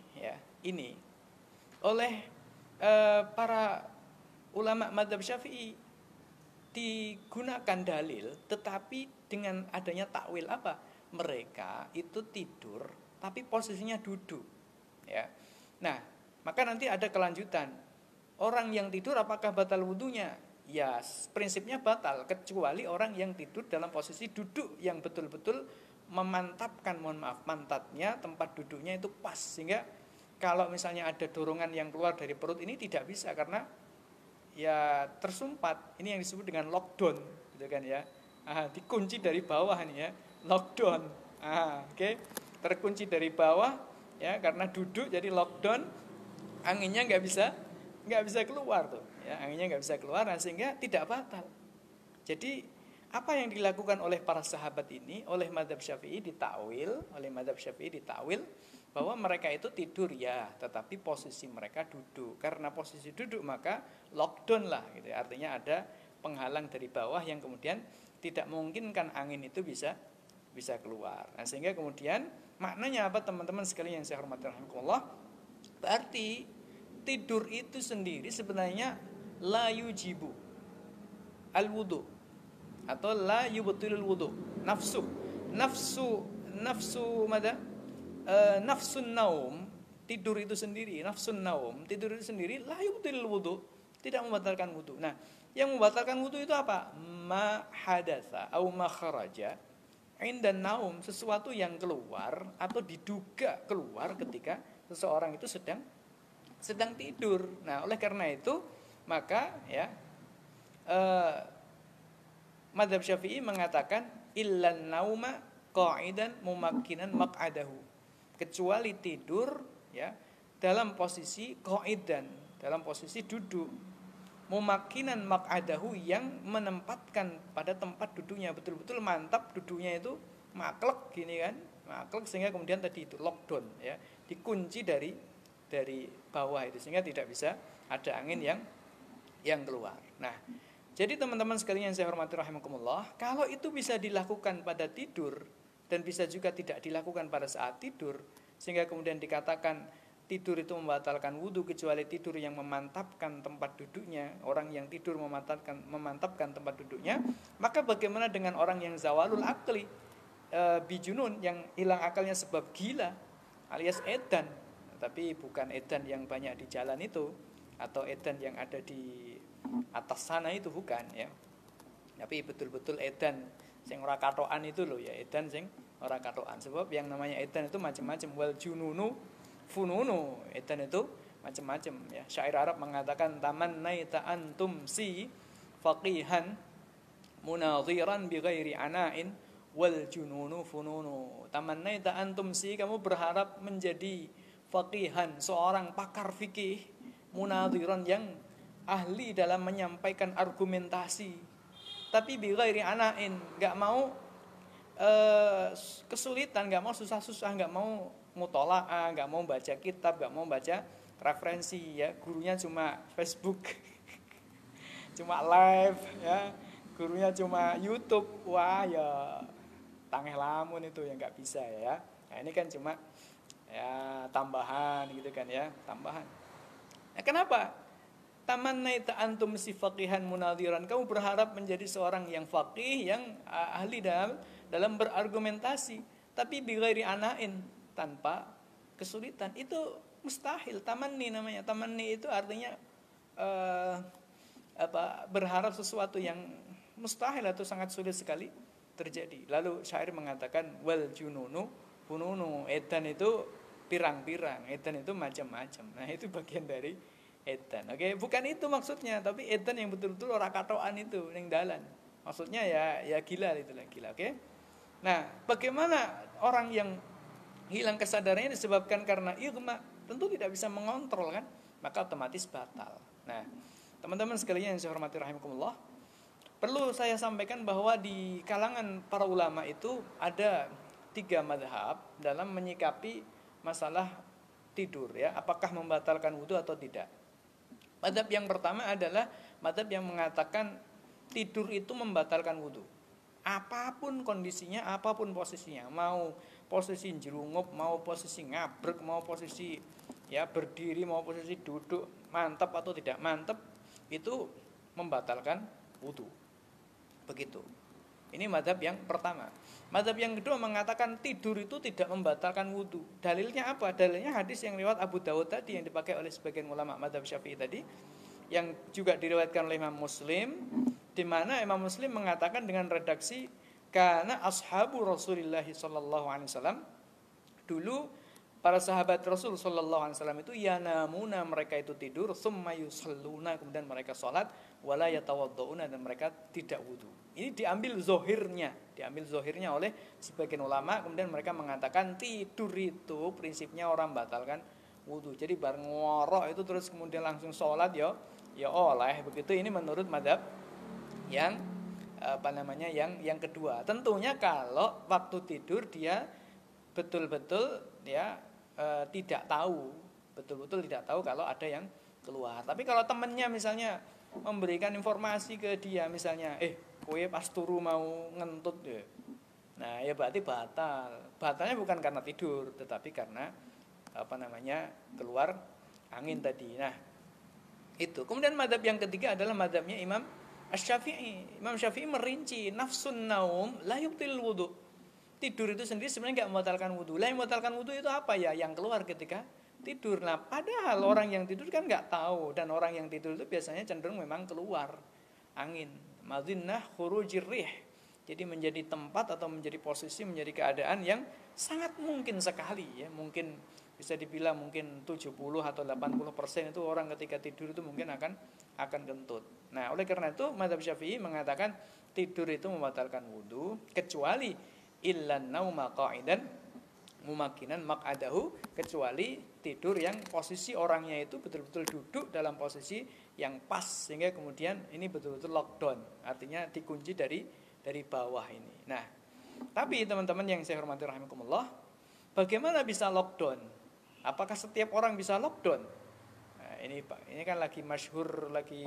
Speaker 1: oleh para ulama madzhab Syafi'i digunakan dalil, tetapi dengan adanya takwil apa? Mereka itu tidur tapi posisinya duduk ya. Nah, maka nanti ada kelanjutan. Orang yang tidur apakah batal wudunya? Ya, prinsipnya batal, kecuali orang yang tidur dalam posisi duduk yang betul-betul memantapkan, pantatnya, tempat duduknya itu pas, sehingga kalau misalnya ada dorongan yang keluar dari perut ini tidak bisa, karena ya tersumpat. Ini yang disebut dengan lockdown gitu kan ya. Dikunci dari bawah nih ya, lockdown. Oke. Terkunci dari bawah ya, karena duduk jadi lockdown, anginnya nggak bisa keluar tuh ya, anginnya nggak bisa keluar, nah, sehingga tidak batal. Jadi apa yang dilakukan oleh para sahabat ini, oleh madzhab Syafi'i ditakwil, bahwa mereka itu tidur ya, tetapi posisi mereka duduk. Karena posisi duduk maka lockdown lah gitu. Artinya ada penghalang dari bawah yang kemudian tidak memungkinkan angin itu bisa keluar. Nah, sehingga kemudian maknanya apa teman-teman sekalian yang saya hormati rahimakumullah? Berarti tidur itu sendiri sebenarnya la yujibu al-wudu atau la yubtilul wudu. Nafsu mada? Nafsun naum, tidur itu sendiri, nafsun naum, tidur itu sendiri la yubtilul wudu, tidak membatalkan wudu. Nah, yang membatalkan wudu itu apa? Ma hadatsa au ma kharaja inda naum, sesuatu yang keluar atau diduga keluar ketika seseorang itu sedang tidur. Nah, oleh karena itu maka ya mazhab Syafi'i mengatakan illan nauma qa'idan mumakkinan maq'adahu, kecuali tidur ya dalam posisi qa'idan, dalam posisi duduk, mumakkinan maq'adahu, yang menempatkan pada tempat duduknya betul-betul mantap duduknya itu maklek gini kan, maklek sehingga kemudian tadi itu lockdown ya, dikunci dari bawah itu sehingga tidak bisa ada angin yang keluar. Nah, jadi teman-teman sekalian yang saya hormati rahimakumullah, kalau itu bisa dilakukan pada tidur dan bisa juga tidak dilakukan pada saat tidur, sehingga kemudian dikatakan tidur itu membatalkan wudu kecuali tidur yang memantapkan tempat duduknya, orang yang tidur memantapkan tempat duduknya, maka bagaimana dengan orang yang zawalul akli, bijunun, yang hilang akalnya sebab gila alias edan, tapi bukan edan yang banyak di jalan itu atau edan yang ada di atas sana itu, bukan ya, tapi betul-betul edan sing ora katokan itu loh ya, edan sing ora katokan. Sebab yang namanya edan itu macam-macam, wal jununu fununu, edan itu macam-macam ya. Syair Arab mengatakan tamannaita antum si faqihan munadhiran bighairi ana'in wal jununu fununu. Tamannaita antum si, kamu berharap menjadi faqihan, seorang pakar fikih, munadhiran, yang ahli dalam menyampaikan argumentasi, tapi bighairi ana'in, enggak mau kesulitan, enggak mau susah-susah, enggak mau mutola'ah, enggak mau baca kitab, enggak mau baca referensi ya, gurunya cuma Facebook cuma live ya, gurunya cuma YouTube, wah ya tangeh lamun itu yang enggak bisa ya. Nah, ini kan cuma ya tambahan gitu kan ya, tambahan. Nah, kenapa? Tamannaita antum si faqihan munadhiran, kamu berharap menjadi seorang yang faqih, yang ahli dalam berargumentasi, tapi bighairi ana'in, tanpa kesulitan. Itu mustahil. Tamanni namanya. Tamanni itu artinya berharap sesuatu yang mustahil atau sangat sulit sekali terjadi. Lalu syair mengatakan wal jununu fununu, edan itu pirang-pirang, edan itu macam-macam. Nah, itu bagian dari edan. Oke, bukan itu maksudnya, tapi edan yang betul-betul ora katokan itu ning dalan. Maksudnya ya gila itulah, gila. Oke. Nah, bagaimana orang yang hilang kesadarannya disebabkan karena ighma, tentu tidak bisa mengontrol kan, maka otomatis batal. Nah, teman-teman sekalian yang saya hormati rahimakumullah, perlu saya sampaikan bahwa di kalangan para ulama itu ada 3 mazhab dalam menyikapi masalah tidur ya, apakah membatalkan wudu atau tidak. Mazhab yang pertama adalah mazhab yang mengatakan tidur itu membatalkan wudu. Apapun kondisinya, apapun posisinya, mau posisi jerungup, mau posisi ngabrek, mau posisi ya berdiri, mau posisi duduk, mantap atau tidak mantap, itu membatalkan wudu. Begitu. Ini mazhab yang pertama. Mazhab yang kedua mengatakan tidur itu tidak membatalkan wudu. Dalilnya apa? Dalilnya hadis yang riwayat Abu Dawud tadi, yang dipakai oleh sebagian ulama mazhab Syafi'i tadi, yang juga diriwayatkan oleh Imam Muslim, di mana Imam Muslim mengatakan dengan redaksi karena ashabu Rasulullah sallallahu alaihi wasallam, dulu para sahabat Rasul sallallahu alaihi wasallam itu yanamuna, mereka itu tidur, summa yusalluna, kemudian mereka salat, wala yatawaddauna, dan mereka tidak wudu. Ini diambil zohirnya oleh sebagian ulama, kemudian mereka mengatakan tidur itu prinsipnya orang batalkan wudu. Jadi bareng ngorok itu terus kemudian langsung sholat ya oleh begitu. Ini menurut mazhab yang yang kedua. Tentunya kalau waktu tidur dia betul-betul ya tidak tahu, betul-betul tidak tahu kalau ada yang keluar. Tapi kalau temennya misalnya memberikan informasi ke dia misalnya, kowe pas turu mau ngentut ya. Nah, ya berarti batal. Batalnya bukan karena tidur, tetapi karena keluar angin tadi. Nah, itu. Kemudian mazhab yang ketiga adalah mazhabnya Imam Asy-Syafi'i. Imam Syafi'i merinci nafsun naum la yubtil wudu. Tidur itu sendiri sebenarnya enggak membatalkan wudu. Lah yang membatalkan wudu itu apa ya? Yang keluar ketika tidur. Nah, padahal orang yang tidur kan enggak tahu, dan orang yang tidur itu biasanya cenderung memang keluar angin. Madhinnah khurujir rih. Jadi menjadi tempat atau menjadi posisi, menjadi keadaan yang sangat mungkin sekali ya, mungkin bisa dibilang mungkin 70 atau 80% itu orang ketika tidur itu mungkin akan kentut. Nah, oleh karena itu mazhab Syafi'i mengatakan tidur itu membatalkan wudu kecuali illan nauma qa'idan mumakkinan maq'adahu, kecuali tidur yang posisi orangnya itu betul-betul duduk dalam posisi yang pas sehingga kemudian ini betul-betul lockdown, artinya dikunci dari bawah ini. Nah, tapi teman-teman yang saya hormati rahimakumullah, bagaimana bisa lockdown? Apakah setiap orang bisa lockdown? Nah, ini Pak, ini kan lagi masyhur, lagi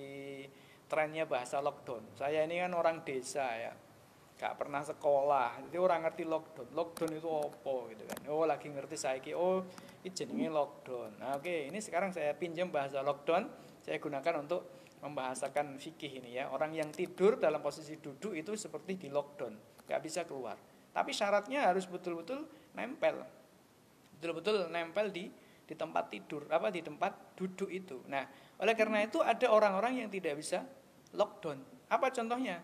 Speaker 1: trennya bahasa lockdown. Saya ini kan orang desa ya, gak pernah sekolah, jadi orang ngerti lockdown. Lockdown itu apa gitu kan? Oh, lagi ngerti saiki. Oh, ini jenenge lockdown. Nah, oke, ini sekarang saya pinjam bahasa lockdown, saya gunakan untuk membahasakan fikih ini ya. Orang yang tidur dalam posisi duduk itu seperti di lockdown, gak bisa keluar. Tapi syaratnya harus betul-betul nempel. Betul-betul nempel di tempat tidur, di tempat duduk itu. Nah, oleh karena itu ada orang-orang yang tidak bisa lockdown. Apa contohnya?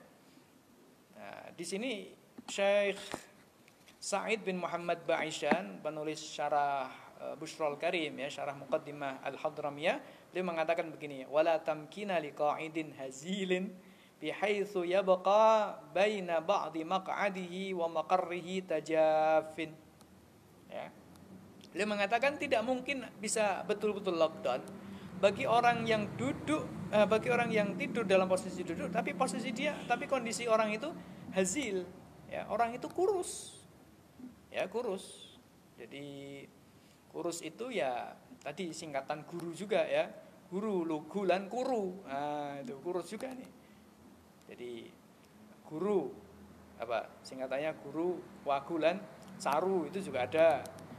Speaker 1: Nah, di sini Syekh Sa'id bin Muhammad Ba'isyan, penulis syarah Bushrul Karim ya, syarah Muqaddimah Al-Hadramiyah, dia mengatakan begini, wala tamkina liqa'idin hazilin bihaitsu yabqa baina ba'di maq'adihi wa maqarrihi tajaffin. Ya. Dia mengatakan tidak mungkin bisa betul-betul lockdown bagi orang yang duduk, bagi orang yang tidur dalam posisi duduk, tapi kondisi orang itu hazil, ya, orang itu kurus. Ya, kurus. Jadi kurus itu ya tadi singkatan guru juga ya. Guru, lugulan, kuru. Nah, itu kurus juga nih. Jadi guru singkatannya guru, wagulan, saru itu juga ada.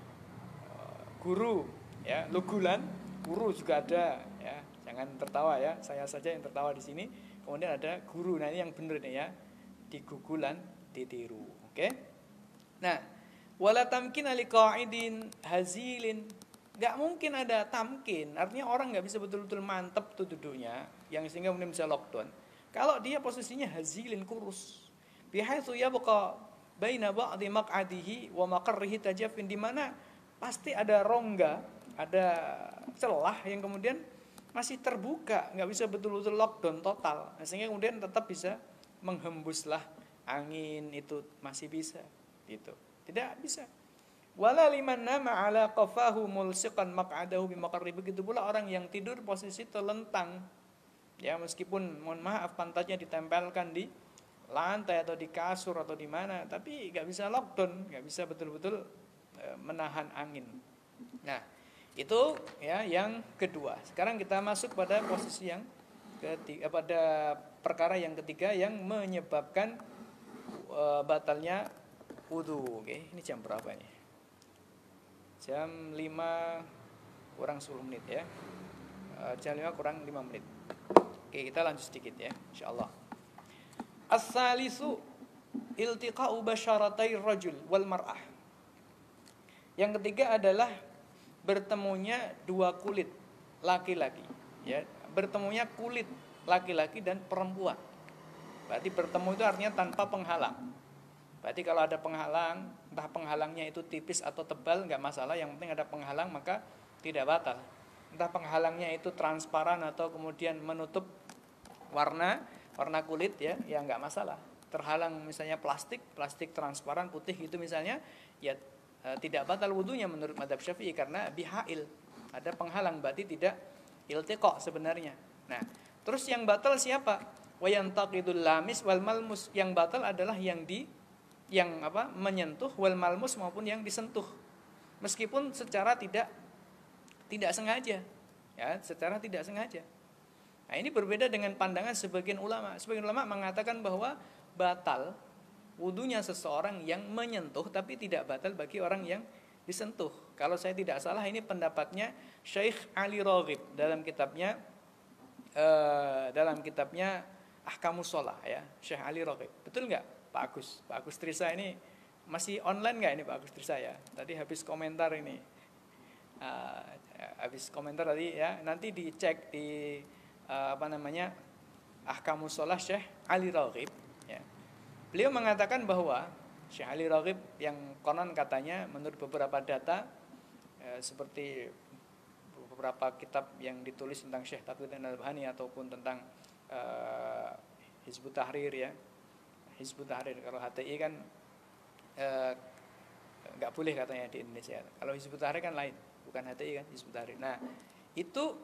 Speaker 1: Guru ya, lugulan, guru juga ada ya. Jangan tertawa ya, saya saja yang tertawa di sini. Kemudian ada guru. Nah, ini yang benar nih ya. Digugulan, ditiru. Oke? Nah, wala tamkin liqa'idin hazilin. Gak mungkin ada tamkin, artinya orang gak bisa betul-betul mantep tuh duduknya, yang sehingga kemudian bisa lockdown. Kalau dia posisinya hazilin, kurus, bihaitsu yabqa baina ba'di maq'adihi wa maqarrihi tajaffin, di mana pasti ada rongga, ada celah yang kemudian masih terbuka, gak bisa betul-betul lockdown total, sehingga kemudian tetap bisa menghembuslah angin, itu masih bisa gitu. Tidak bisa. Wala liman nama ala qafahu mulsiqan maq'adahu bimaqarri, begitu pula orang yang tidur posisi telentang. Ya, meskipun mohon maaf pantatnya ditempelkan di lantai atau di kasur atau di mana, tapi enggak bisa lockdown, enggak bisa betul-betul menahan angin. Nah, itu ya yang kedua. Sekarang kita masuk pada posisi yang ketiga, pada perkara yang ketiga yang menyebabkan batalnya wudu. Oke, ini jam berapa ini? Jam 5 kurang 10 menit ya. Jam 5 kurang 5 menit. Oke, kita lanjut sedikit ya, insyaallah. As-salisu iltiqa'u basyaratai rajul wal mar'ah. Yang ketiga adalah bertemunya dua kulit laki-laki ya, bertemunya kulit laki-laki dan perempuan. Berarti bertemu itu artinya tanpa penghalang. Berarti kalau ada penghalang, entah penghalangnya itu tipis atau tebal, enggak masalah, yang penting ada penghalang maka tidak batal. Entah penghalangnya itu transparan atau kemudian menutup warna kulit ya enggak masalah. Terhalang misalnya plastik transparan putih itu misalnya, ya tidak batal wudunya menurut mazhab Syafi'i karena bihail, ada penghalang, berarti tidak iltiqa sebenarnya. Nah, terus yang batal siapa? Wa yantaqidul lamis wal malmus, yang batal adalah yang menyentuh, wal malmus maupun yang disentuh. meskipun secara tidak sengaja, ya, secara tidak sengaja. Nah, ini berbeda dengan pandangan sebagian ulama. Sebagian ulama mengatakan bahwa batal wudunya seseorang yang menyentuh, tapi tidak batal bagi orang yang disentuh. Kalau saya tidak salah ini pendapatnya Syekh Ali Raghib dalam kitabnya Ahkamus Shalah, ya, Syekh Ali Raghib. Betul nggak Pak Agus? Pak Agus Trisa ini masih online nggak ini Pak Agus Trisa ya? Tadi habis komentar ini, habis komentar tadi ya. Nanti dicek di Ahkamus Shalah Syekh Ali Raghib. Ya. Beliau mengatakan bahwa Syekh Ali Raghib yang konon katanya menurut beberapa data seperti beberapa kitab yang ditulis tentang Syekh Taqiyuddin Al-Albani ataupun tentang Hizbut Tahrir, ya, Hizbut Tahrir. Kalau HTI kan nggak boleh katanya di Indonesia. Kalau Hizbut Tahrir kan lain, bukan HTI kan, Hizbut Tahrir. Nah itu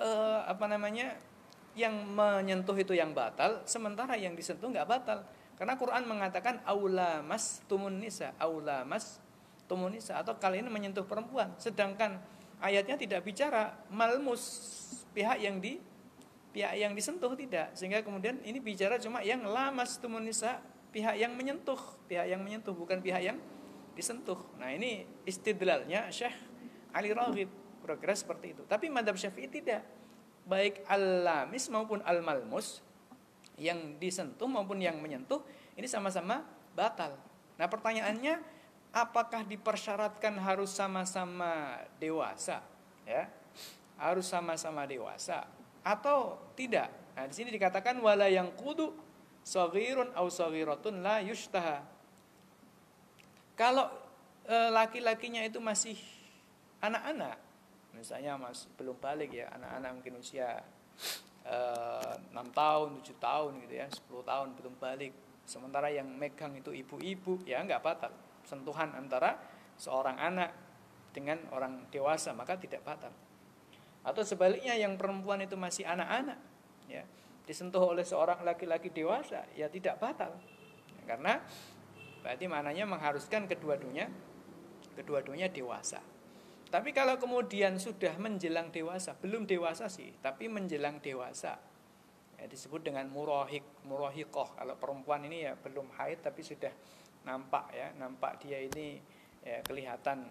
Speaker 1: yang menyentuh itu yang batal, sementara yang disentuh nggak batal. Karena Quran mengatakan aulamas tumun nisa, atau kalian menyentuh perempuan. Sedangkan ayatnya tidak bicara malmus, pihak yang disentuh, tidak. Sehingga kemudian ini bicara cuma yang lamas tumun nisa, pihak yang menyentuh, bukan pihak yang disentuh. Nah, ini istidlalnya Syekh Ali Raghib, kira-kira seperti itu. Tapi mazhab Syafi'i tidak. Baik al-lamis maupun al-malmus, yang disentuh maupun yang menyentuh, ini sama-sama batal. Nah, pertanyaannya, apakah dipersyaratkan harus sama-sama dewasa, ya? Harus sama-sama dewasa atau tidak? Nah, di sini dikatakan wala yang kudu shaghirun aw shaghiratun la yushtaha. Kalau laki-lakinya itu masih anak-anak, misalnya belum balik, ya, anak-anak mungkin usia 6 tahun, 7 tahun gitu, ya, 10 tahun belum balik. Sementara yang megang itu ibu-ibu, ya nggak batal. Sentuhan antara seorang anak dengan orang dewasa maka tidak batal. Atau sebaliknya yang perempuan itu masih anak-anak, ya, disentuh oleh seorang laki-laki dewasa, ya tidak batal. Ya, karena berarti maknanya mengharuskan kedua-duanya dewasa. Tapi kalau kemudian sudah menjelang dewasa, belum dewasa sih, tapi menjelang dewasa, ya, disebut dengan murahiqah. Kalau perempuan ini ya belum haid tapi sudah nampak dia ini, ya, kelihatan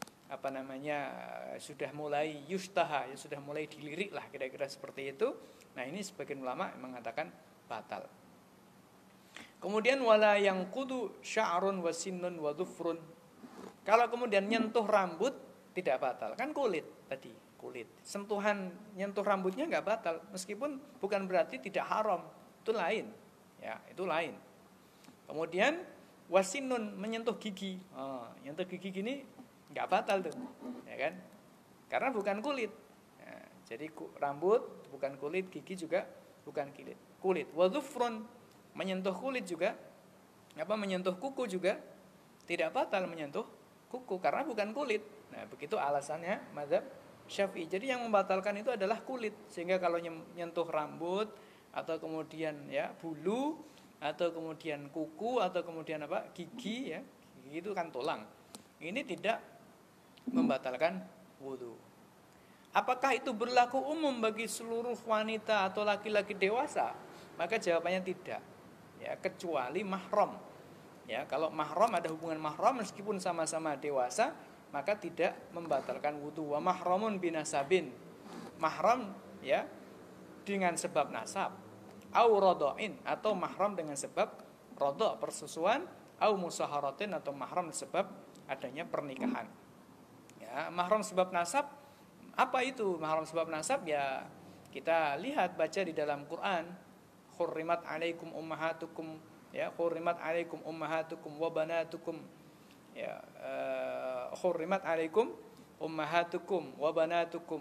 Speaker 1: sudah mulai yustaha, ya, sudah mulai dilirik lah, kira-kira seperti itu. Nah, ini sebagian ulama mengatakan batal. Kemudian wala yang kudu sya'run wa sinnun wa dhufrun. Kalau kemudian nyentuh rambut tidak batal, kan kulit tadi, kulit. Sentuhan nyentuh rambutnya nggak batal, meskipun bukan berarti tidak haram, itu lain, ya, itu lain. Kemudian wasinun, menyentuh gigi, nyentuh gigi gini nggak batal tuh, ya kan? Karena bukan kulit. Nah, jadi rambut bukan kulit, gigi juga bukan kulit. Wadhufrun, menyentuh kulit juga, menyentuh kuku juga tidak batal, menyentuh kuku karena bukan kulit. Nah, begitu alasannya mazhab Syafi'i. Jadi yang membatalkan itu adalah kulit. Sehingga kalau nyentuh rambut atau kemudian, ya, bulu atau kemudian kuku atau kemudian gigi, ya, gigi itu kan tulang. Ini tidak membatalkan wudu. Apakah itu berlaku umum bagi seluruh wanita atau laki-laki dewasa? Maka jawabannya tidak. Ya, kecuali mahram. Ya, kalau mahram, ada hubungan mahram meskipun sama-sama dewasa, maka tidak membatalkan wudu. Wa mahramun binasabin, mahram, ya, dengan sebab nasab, au radha'in, atau mahram dengan sebab radha', persusuan, au musaharatin, atau mahram sebab adanya pernikahan. Ya, mahram sebab nasab, apa itu mahram sebab nasab? Ya, kita lihat, baca di dalam Quran, hurrimat alaikum ummahatukum, ya, hurrimat alaikum ummahatukum wa banatukum, ya, hurrimat alaikum ummahatukum wa banatukum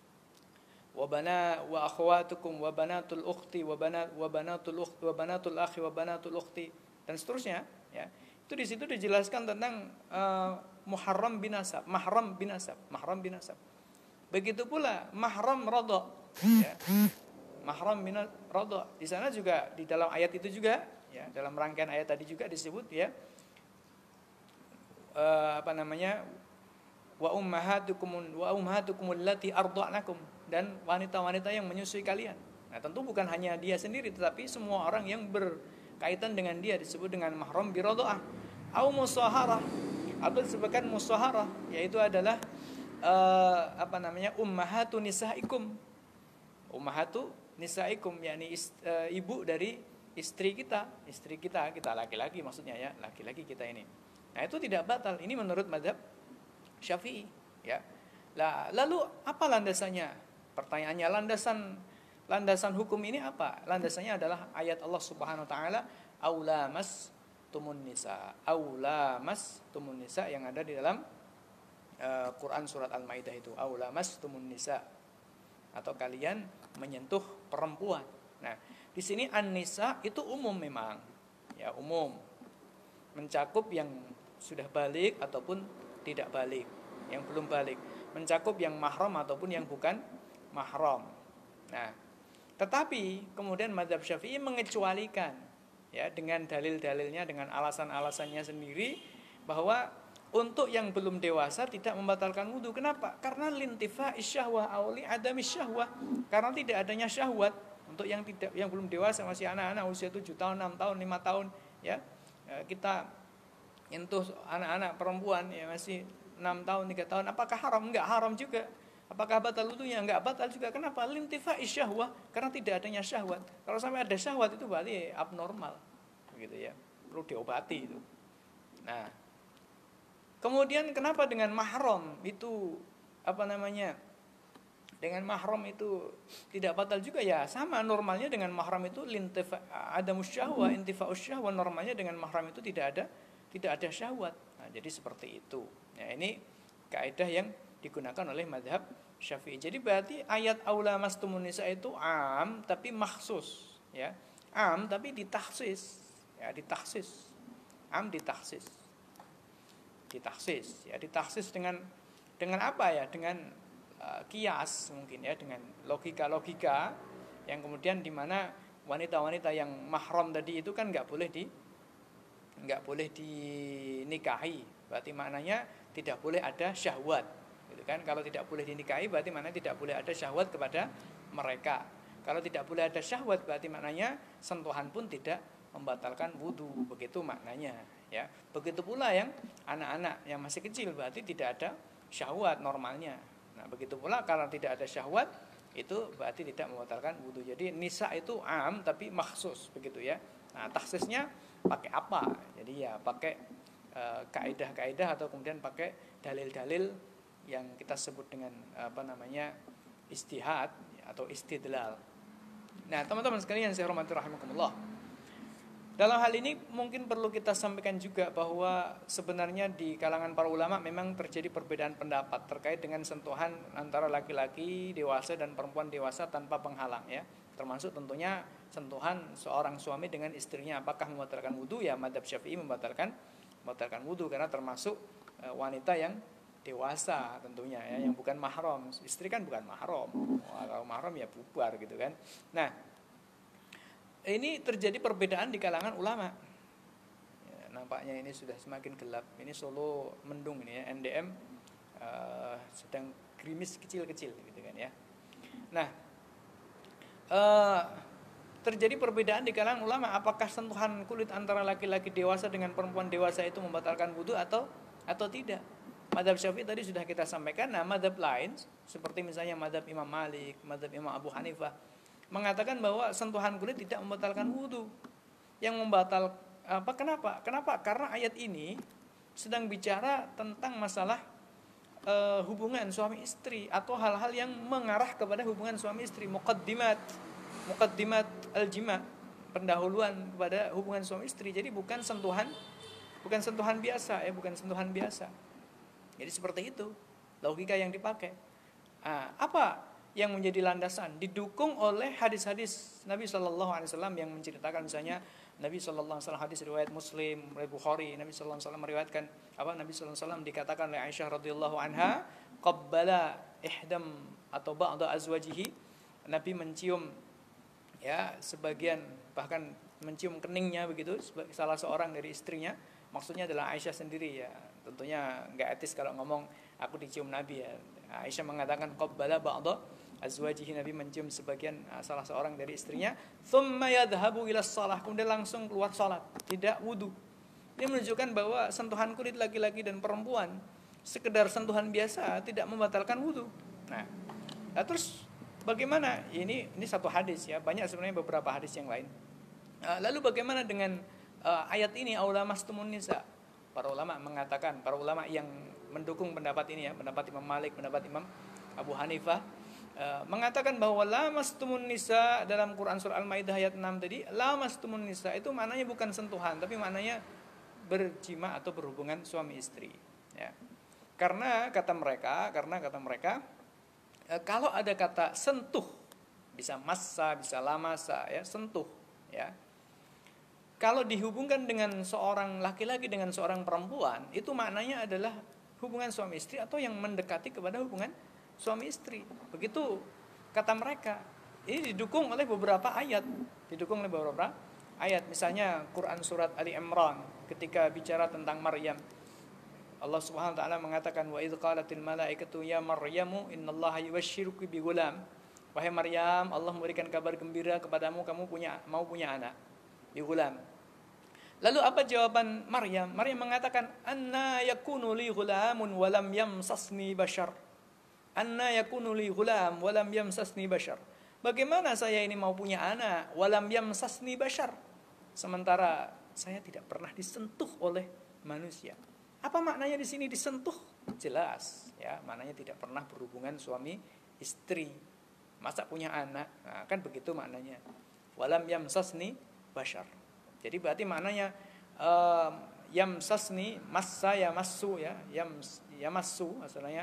Speaker 1: wa akhwatukum wa banatul ukhti wa banatul akhi wa banatul ukhti, dan seterusnya, ya. Itu di situ dijelaskan tentang mahram binasab. Begitu pula mahram radha, ya. Mahram min radha. Di sana juga, di dalam ayat itu juga, ya, dalam rangkaian ayat tadi juga disebut, ya, Wa ummahatukumul lati arda'nakum, dan wanita-wanita yang menyusui kalian. Nah, tentu bukan hanya dia sendiri, tetapi semua orang yang berkaitan dengan dia disebut dengan mahram biradha'ah. Au musaharah, atau disebutkan musaharah, yaitu adalah ummahatu nisaikum. Ummahatu nisaikum, yakni ibu dari istri kita laki-laki maksudnya ya, laki-laki kita ini. Nah, itu tidak batal. Ini menurut mazhab Syafi'i, ya. Lah, lalu apa landasannya? Pertanyaannya, landasan hukum ini apa? Landasannya adalah ayat Allah Subhanahu wa taala, aulamas tumun nisa, yang ada di dalam Quran surat Al-Maidah itu, aulamas tumun nisa, atau kalian menyentuh perempuan. Nah, di sini an-nisa itu umum memang, ya, umum, mencakup yang sudah balik ataupun tidak balik, yang belum balik, mencakup yang mahram ataupun yang bukan mahram. Nah, tetapi kemudian mazhab Syafi'i mengecualikan, ya, dengan dalil-dalilnya, dengan alasan-alasannya sendiri, bahwa untuk yang belum dewasa tidak membatalkan wudu. Kenapa? Karena lintifa'is syahwah auli adamis syahwah, karena tidak adanya syahwat. Untuk yang belum dewasa, masih anak-anak usia 7 tahun, 6 tahun, 5 tahun, ya, kita nyentuh anak-anak perempuan, ya, masih 6 tahun, 3 tahun, apakah haram? Enggak haram juga. Apakah batal wudunya? Enggak batal juga. Kenapa? Lintifa'is syahwah, karena tidak adanya syahwat. Kalau sampai ada syahwat itu berarti abnormal, begitu ya, perlu diobati itu. Nah, kemudian kenapa dengan mahram itu dengan mahram itu tidak batal juga? Ya sama, normalnya dengan mahram itu adamus syahwah, intifa'us syahwah, normalnya dengan mahram itu tidak ada syahwat. Nah, jadi seperti itu. Ya, ini kaidah yang digunakan oleh mazhab Syafi'i. Jadi berarti ayat aula mastumun nisa itu am tapi makhsus, ya. Am tapi ditaksis, ya, ditaksis. Am ditaksis. Ditaksis, ya, ditaksis dengan apa ya? Dengan kias mungkin, ya, dengan logika yang kemudian di mana wanita-wanita yang mahram tadi itu kan nggak boleh dinikahi, berarti maknanya tidak boleh ada syahwat, gitu kan? Kalau tidak boleh dinikahi berarti maknanya tidak boleh ada syahwat kepada mereka. Kalau tidak boleh ada syahwat berarti maknanya sentuhan pun tidak membatalkan wudu, begitu maknanya, ya. Begitu pula yang anak-anak yang masih kecil berarti tidak ada syahwat normalnya. Nah, begitu pula karena tidak ada syahwat itu berarti tidak membatalkan wudu. Jadi nisa itu am tapi makhsus, begitu ya. Nah, taksisnya pakai apa? Jadi ya pakai kaidah-kaidah atau kemudian pakai dalil-dalil yang kita sebut dengan istihad atau istidlal. Nah, teman-teman sekalian saya hormati rahimakumullah. Dalam hal ini mungkin perlu kita sampaikan juga bahwa sebenarnya di kalangan para ulama memang terjadi perbedaan pendapat terkait dengan sentuhan antara laki-laki dewasa dan perempuan dewasa tanpa penghalang, ya. Termasuk tentunya sentuhan seorang suami dengan istrinya, apakah membatalkan wudu? Ya, mazhab Syafi'i membatalkan wudu karena termasuk wanita yang dewasa tentunya, ya, yang bukan mahram. Istri kan bukan mahram. Kalau mahram ya bubar, gitu kan. Nah, ini terjadi perbedaan di kalangan ulama. Ya, nampaknya ini sudah semakin gelap. Ini Solo mendung ini, ya. NDM sedang gerimis kecil-kecil, gitu kan, ya. Nah, terjadi perbedaan di kalangan ulama, apakah sentuhan kulit antara laki-laki dewasa dengan perempuan dewasa itu membatalkan wudu atau tidak. Mazhab Syafi'i tadi sudah kita sampaikan. Nah, mazhab lain seperti misalnya mazhab Imam Malik, mazhab Imam Abu Hanifah mengatakan bahwa sentuhan kulit tidak membatalkan wudu. Yang kenapa? Karena ayat ini sedang bicara tentang masalah hubungan suami istri atau hal-hal yang mengarah kepada hubungan suami istri, muqaddimat al-jima', pendahuluan kepada hubungan suami istri. Jadi bukan sentuhan biasa, ya, bukan sentuhan biasa. Jadi seperti itu logika yang dipakai. Apa yang menjadi landasan? Didukung oleh hadis-hadis Nabi SAW yang menceritakan, misalnya Nabi SAW, hadis riwayat Muslim, riwayat Bukhari, Nabi SAW meriwayatkan Nabi SAW dikatakan oleh Aisyah radhiyallahu anha, qabbala ihdam atau ba'da azwajihi, Nabi mencium, ya, sebagian, bahkan mencium keningnya, begitu, salah seorang dari istrinya. Maksudnya adalah Aisyah sendiri, ya. Tentunya nggak etis kalau ngomong aku dicium Nabi ya. Aisyah mengatakan qabbala ba'dha azwajihi, Nabi mencium sebagian salah seorang dari istrinya. Tsumma yadhhabu ila shalah, kemudian langsung keluar salat, tidak wudu. Ini menunjukkan bahwa sentuhan kulit laki-laki dan perempuan, sekedar sentuhan biasa tidak membatalkan wudu. Nah, terus bagaimana? Ini satu hadis ya, banyak sebenarnya beberapa hadis yang lain. Lalu bagaimana dengan ayat ini aula mastumun nisa? Para ulama mengatakan, para ulama yang mendukung pendapat ini ya, pendapat Imam Malik, pendapat Imam Abu Hanifah, mengatakan bahwa lamastumun nisa dalam Quran surah Al-Maidah ayat 6 tadi, lamastumun nisa itu maknanya bukan sentuhan, tapi maknanya berjima atau berhubungan suami istri ya. Karena kata mereka kalau ada kata sentuh, bisa massa, bisa lamasa ya, sentuh ya. Kalau dihubungkan dengan seorang laki-laki dengan seorang perempuan, itu maknanya adalah hubungan suami istri atau yang mendekati kepada hubungan suami istri. Begitu kata mereka. Ini didukung oleh beberapa ayat. Misalnya Quran surat Ali Imran ketika bicara tentang Maryam. Allah Subhanahu wa taala mengatakan wa idz qalatil malaikatu ya Maryamu innallaha yubashshiruki bi ghulam. Wahai Maryam, Allah memberikan kabar gembira kepadamu, kamu mau punya anak. Bi ghulam. Lalu apa jawaban Maryam? Maryam mengatakan anna yakunu li ghulamun wa lam yamsasni bashar. Anna yakunu li ghulam wa lam yamsasni bashar. Bagaimana saya ini mau punya anak wa lam yamsasni bashar, sementara saya tidak pernah disentuh oleh manusia. Apa maknanya di sini disentuh? Jelas ya, maknanya tidak pernah berhubungan suami istri. Masa punya anak? Nah, kan begitu maknanya. Walam yamsasni bashar. Jadi berarti maknanya yamsasni, massa yamassu ya, yamassu asalnya,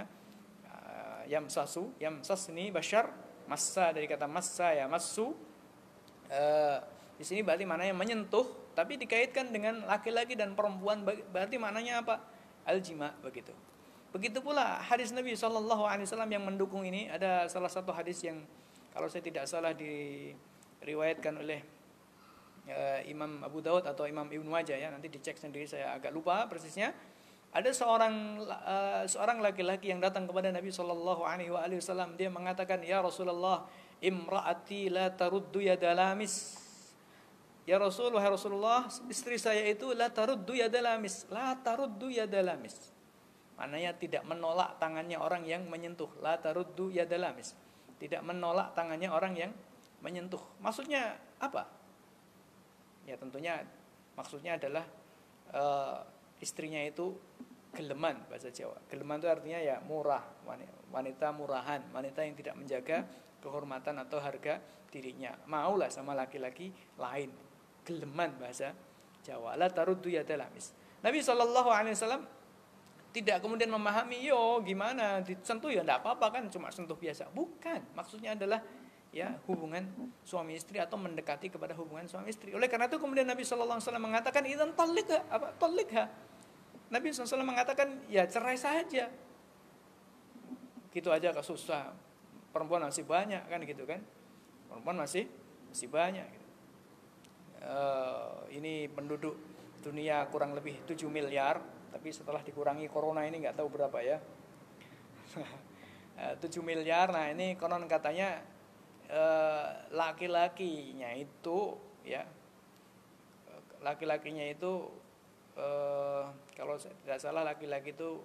Speaker 1: yamsasni bashar, massa dari kata massa yamassu. Di sini berarti maknanya menyentuh, tapi dikaitkan dengan laki-laki dan perempuan, berarti maknanya apa? Al-jima, begitu. Begitu pula hadis Nabi SAW yang mendukung ini. Ada salah satu hadis yang kalau saya tidak salah diriwayatkan oleh Imam Abu Daud atau Imam Ibnu Majah ya, nanti dicek sendiri, saya agak lupa persisnya. Ada seorang laki-laki yang datang kepada Nabi SAW. Dia mengatakan, ya Rasulullah, imraati la taruddu yadalamis. Ya Rasulullah, istri saya itu la taruddu yadalamis. La taruddu yadalamis. Maknanya tidak menolak tangannya orang yang menyentuh. La taruddu yadalamis. Tidak menolak tangannya orang yang menyentuh. Maksudnya apa? Ya tentunya maksudnya adalah istrinya itu geleman, bahasa Jawa. Geleman itu artinya ya murah, wanita murahan, wanita yang tidak menjaga kehormatan atau harga dirinya. Maulah sama laki-laki lain. Geleman bahasa Jawa. La taruddu yadalamis. Nabi SAW tidak kemudian memahami, yo gimana disentuh ya enggak apa-apa kan, cuma sentuh biasa. Bukan, maksudnya adalah ya hubungan suami istri atau mendekati kepada hubungan suami istri. Oleh karena itu kemudian Nabi SAW mengatakan idzan talliqha. Nabi SAW mengatakan ya cerai saja. Gitu aja kok susah. Perempuan masih banyak kan gitu kan. Perempuan masih banyak gitu. Ini penduduk dunia kurang lebih 7 miliar, tapi setelah dikurangi corona ini nggak tahu berapa ya. 7 miliar. Nah ini konon katanya laki-lakinya itu kalau tidak salah laki-laki itu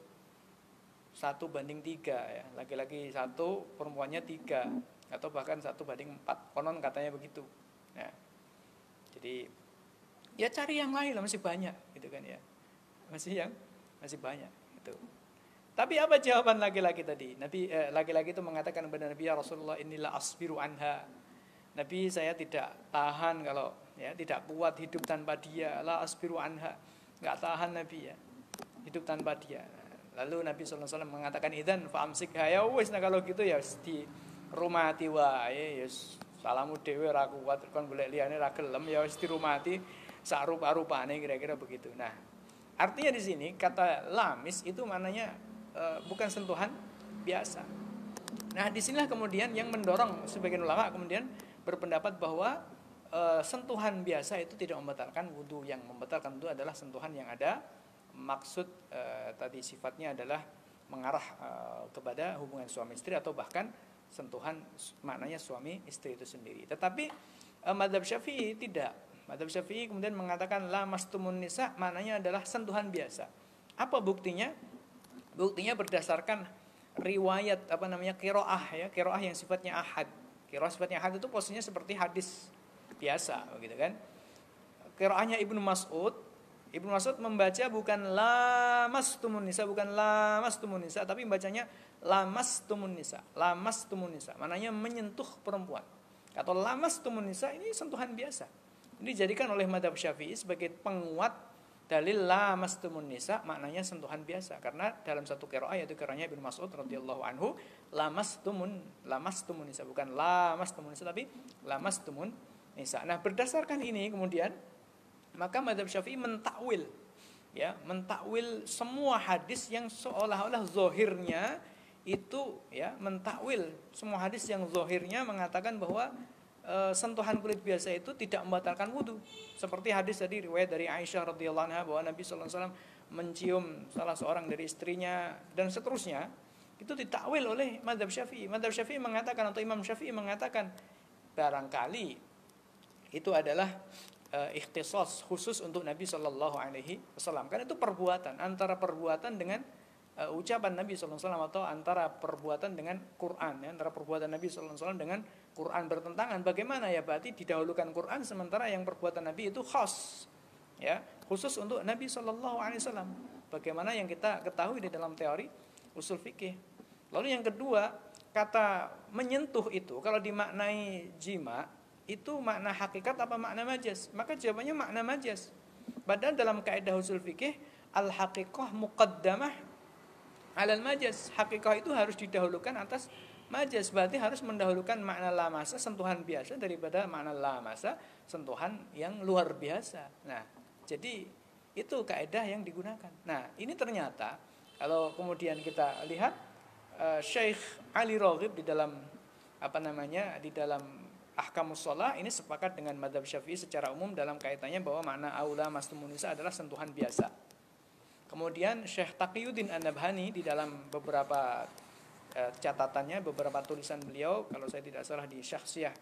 Speaker 1: 1:3 ya, laki-laki 1, perempuannya 3, atau bahkan 1:4, konon katanya begitu. Nah, jadi ya cari yang lain lah, masih banyak gitu kan ya, masih banyak gitu. Tapi apa jawaban laki-laki tadi? Laki-laki itu mengatakan kepada Nabi, ya Rasulullah, inilah asbiru anha. Nabi, saya tidak tahan kalau ya tidak kuat hidup tanpa dia. La asbiru anha, nggak tahan Nabi ya hidup tanpa dia. Lalu Nabi SAW mengatakan, idzan fa'amsikha, ya wis, nah kalau gitu ya di rumati wae, ya salamu dhewe ra kuat kon golek liyane ra gelem, ya wis dirumati sak rupa-rupane, kira-kira begitu. Nah, artinya di sini kata lamis itu maknanya bukan sentuhan biasa. Nah, disinilah kemudian yang mendorong sebagian ulama kemudian berpendapat bahwa sentuhan biasa itu tidak membatalkan wudu. Yang membatalkan wudu adalah sentuhan yang ada maksud tadi sifatnya adalah mengarah kepada hubungan suami istri atau bahkan sentuhan maknanya suami istri itu sendiri. Tetapi mazhab Syafi'i tidak. Mazhab Syafi'i kemudian mengatakan lamastumun nisa maknanya adalah sentuhan biasa. Apa buktinya? Buktinya berdasarkan riwayat qiraah ya, qiraah yang sifatnya ahad. Qiraah sifatnya ahad itu posisinya seperti hadis biasa begitu kan. Qiraahnya Ibnu Mas'ud membaca bukan lamastumun nisa, tapi bacanya lamastumun nisa. Maknanya menyentuh perempuan. Atau lamastumun nisa ini sentuhan biasa. Ini dijadikan oleh mazhab Syafi'i sebagai penguat dalil lamastumun nisa, maknanya sentuhan biasa. Karena dalam satu qiraah yaitu qiraahnya Ibnu Mas'ud radhiyallahu anhu, lamastumun nisa, bukan lamastumun nisa tapi lamastumun nisa. Nah, berdasarkan ini kemudian maka mazhab Syafi'i mentakwil semua hadis yang seolah-olah zahirnya itu ya, mentakwil semua hadis yang zahirnya mengatakan bahwa sentuhan kulit biasa itu tidak membatalkan wudu. Seperti hadis tadi riwayat dari Aisyah radhiyallahu anha bahwa Nabi sallallahu alaihi wasallam mencium salah seorang dari istrinya dan seterusnya. Itu ditakwil oleh mazhab Syafi'i. Mazhab Syafi'i mengatakan atau Imam Syafi'i mengatakan barangkali itu adalah ikhtisas khusus untuk Nabi Shallallahu Alaihi Wasallam. Karena itu perbuatan antara perbuatan dengan ucapan Nabi Sallallahu Alaihi Wasallam atau antara perbuatan dengan Quran, ya, antara perbuatan Nabi Sallallahu Alaihi Wasallam dengan Quran bertentangan. Bagaimana ya, berarti didahulukan Quran sementara yang perbuatan Nabi itu khas, ya, khusus untuk Nabi Sallallahu Alaihi Wasallam. Bagaimana yang kita ketahui di dalam teori usul fikih. Lalu yang kedua, kata menyentuh itu kalau dimaknai jima itu makna hakikat apa makna majaz? Maka jawabannya makna majaz. Padahal dalam kaidah usul fikih al-haqiqah muqaddamah 'alal majaz. Hakikah itu harus didahulukan atas majaz. Berarti harus mendahulukan makna lamasa sentuhan biasa daripada makna lamasa sentuhan yang luar biasa. Nah, jadi itu kaidah yang digunakan. Nah, ini ternyata kalau kemudian kita lihat Syekh Ali Raghib di dalam di dalam Ahkamus Shalah ini sepakat dengan mazhab Syafi'i secara umum dalam kaitannya bahwa makna aula mastumun nisa adalah sentuhan biasa. Kemudian Syekh Taqiyuddin An-Nabhani di dalam beberapa catatannya, beberapa tulisan beliau, kalau saya tidak salah di Syahsiyah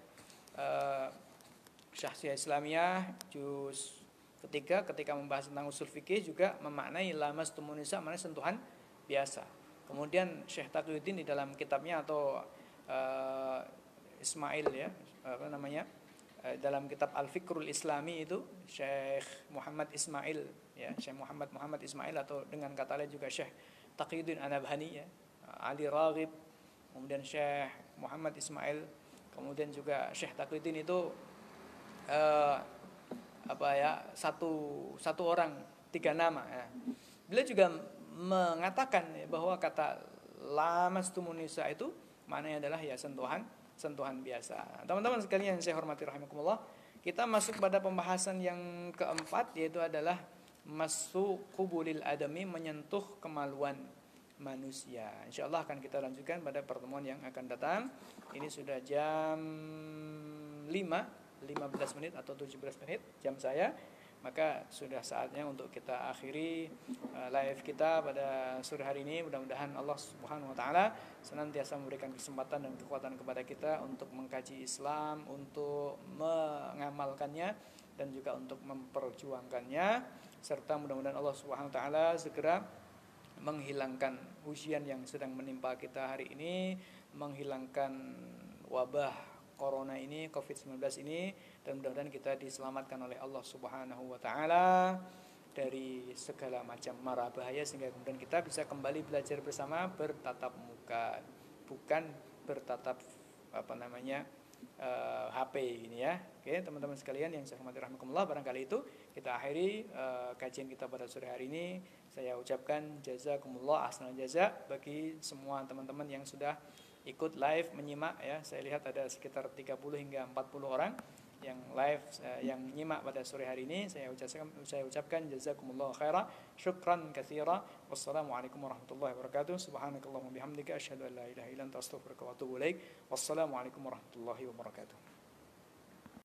Speaker 1: Islamiyah juz ketiga ketika membahas tentang usul fikih juga memaknai lamastumun nisa maknanya sentuhan biasa. Kemudian Syekh Taqiyuddin di dalam kitabnya atau Ismail ya, dalam kitab Al-Fikrul Islami itu Syekh Muhammad Ismail ya, Syekh Muhammad Ismail atau dengan kata lain juga Syekh Taqiyuddin An-Nabhani ya, Ali Raghib, kemudian Syekh Muhammad Ismail, kemudian juga Syekh Taqiyuddin itu satu orang tiga nama ya. Beliau juga mengatakan ya, bahwa kata lamastumun nisa itu maknanya adalah ya sentuhan biasa. Teman-teman sekalian yang saya hormati rahimakumullah, kita masuk pada pembahasan yang keempat, yaitu adalah masu qubulil adami, menyentuh kemaluan manusia. Insyaallah akan kita lanjutkan pada pertemuan yang akan datang. Ini sudah jam 15 menit atau 17 menit jam saya. Maka sudah saatnya untuk kita akhiri live kita pada sore hari ini. Mudah-mudahan Allah Subhanahu wa taala senantiasa memberikan kesempatan dan kekuatan kepada kita untuk mengkaji Islam, untuk mengamalkannya dan juga untuk memperjuangkannya, serta mudah-mudahan Allah Subhanahu wa taala segera menghilangkan ujian yang sedang menimpa kita hari ini, menghilangkan wabah Corona ini, COVID-19 ini, dan mudah-mudahan kita diselamatkan oleh Allah Subhanahu wa taala dari segala macam mara bahaya sehingga kemudian kita bisa kembali belajar bersama bertatap muka, bukan bertatap HP ini ya. Oke, teman-teman sekalian yang saya hormati rahimakumullah, barangkali itu kita akhiri kajian kita pada sore hari ini. Saya ucapkan jazakumullah ahsanal jaza bagi semua teman-teman yang sudah ikut live menyimak ya. Saya lihat ada sekitar 30 hingga 40 orang yang live yang menyimak pada sore hari ini. Saya ucapkan jazakumullah khaira, syukran katsira. Wassalamualaikum warahmatullahi wabarakatuh. Subhanakallahumma bihamdika asyhadu an la ilaha illa anta astaghfiruka wa atubu ilaik. Wassalamualaikum warahmatullahi wabarakatuh.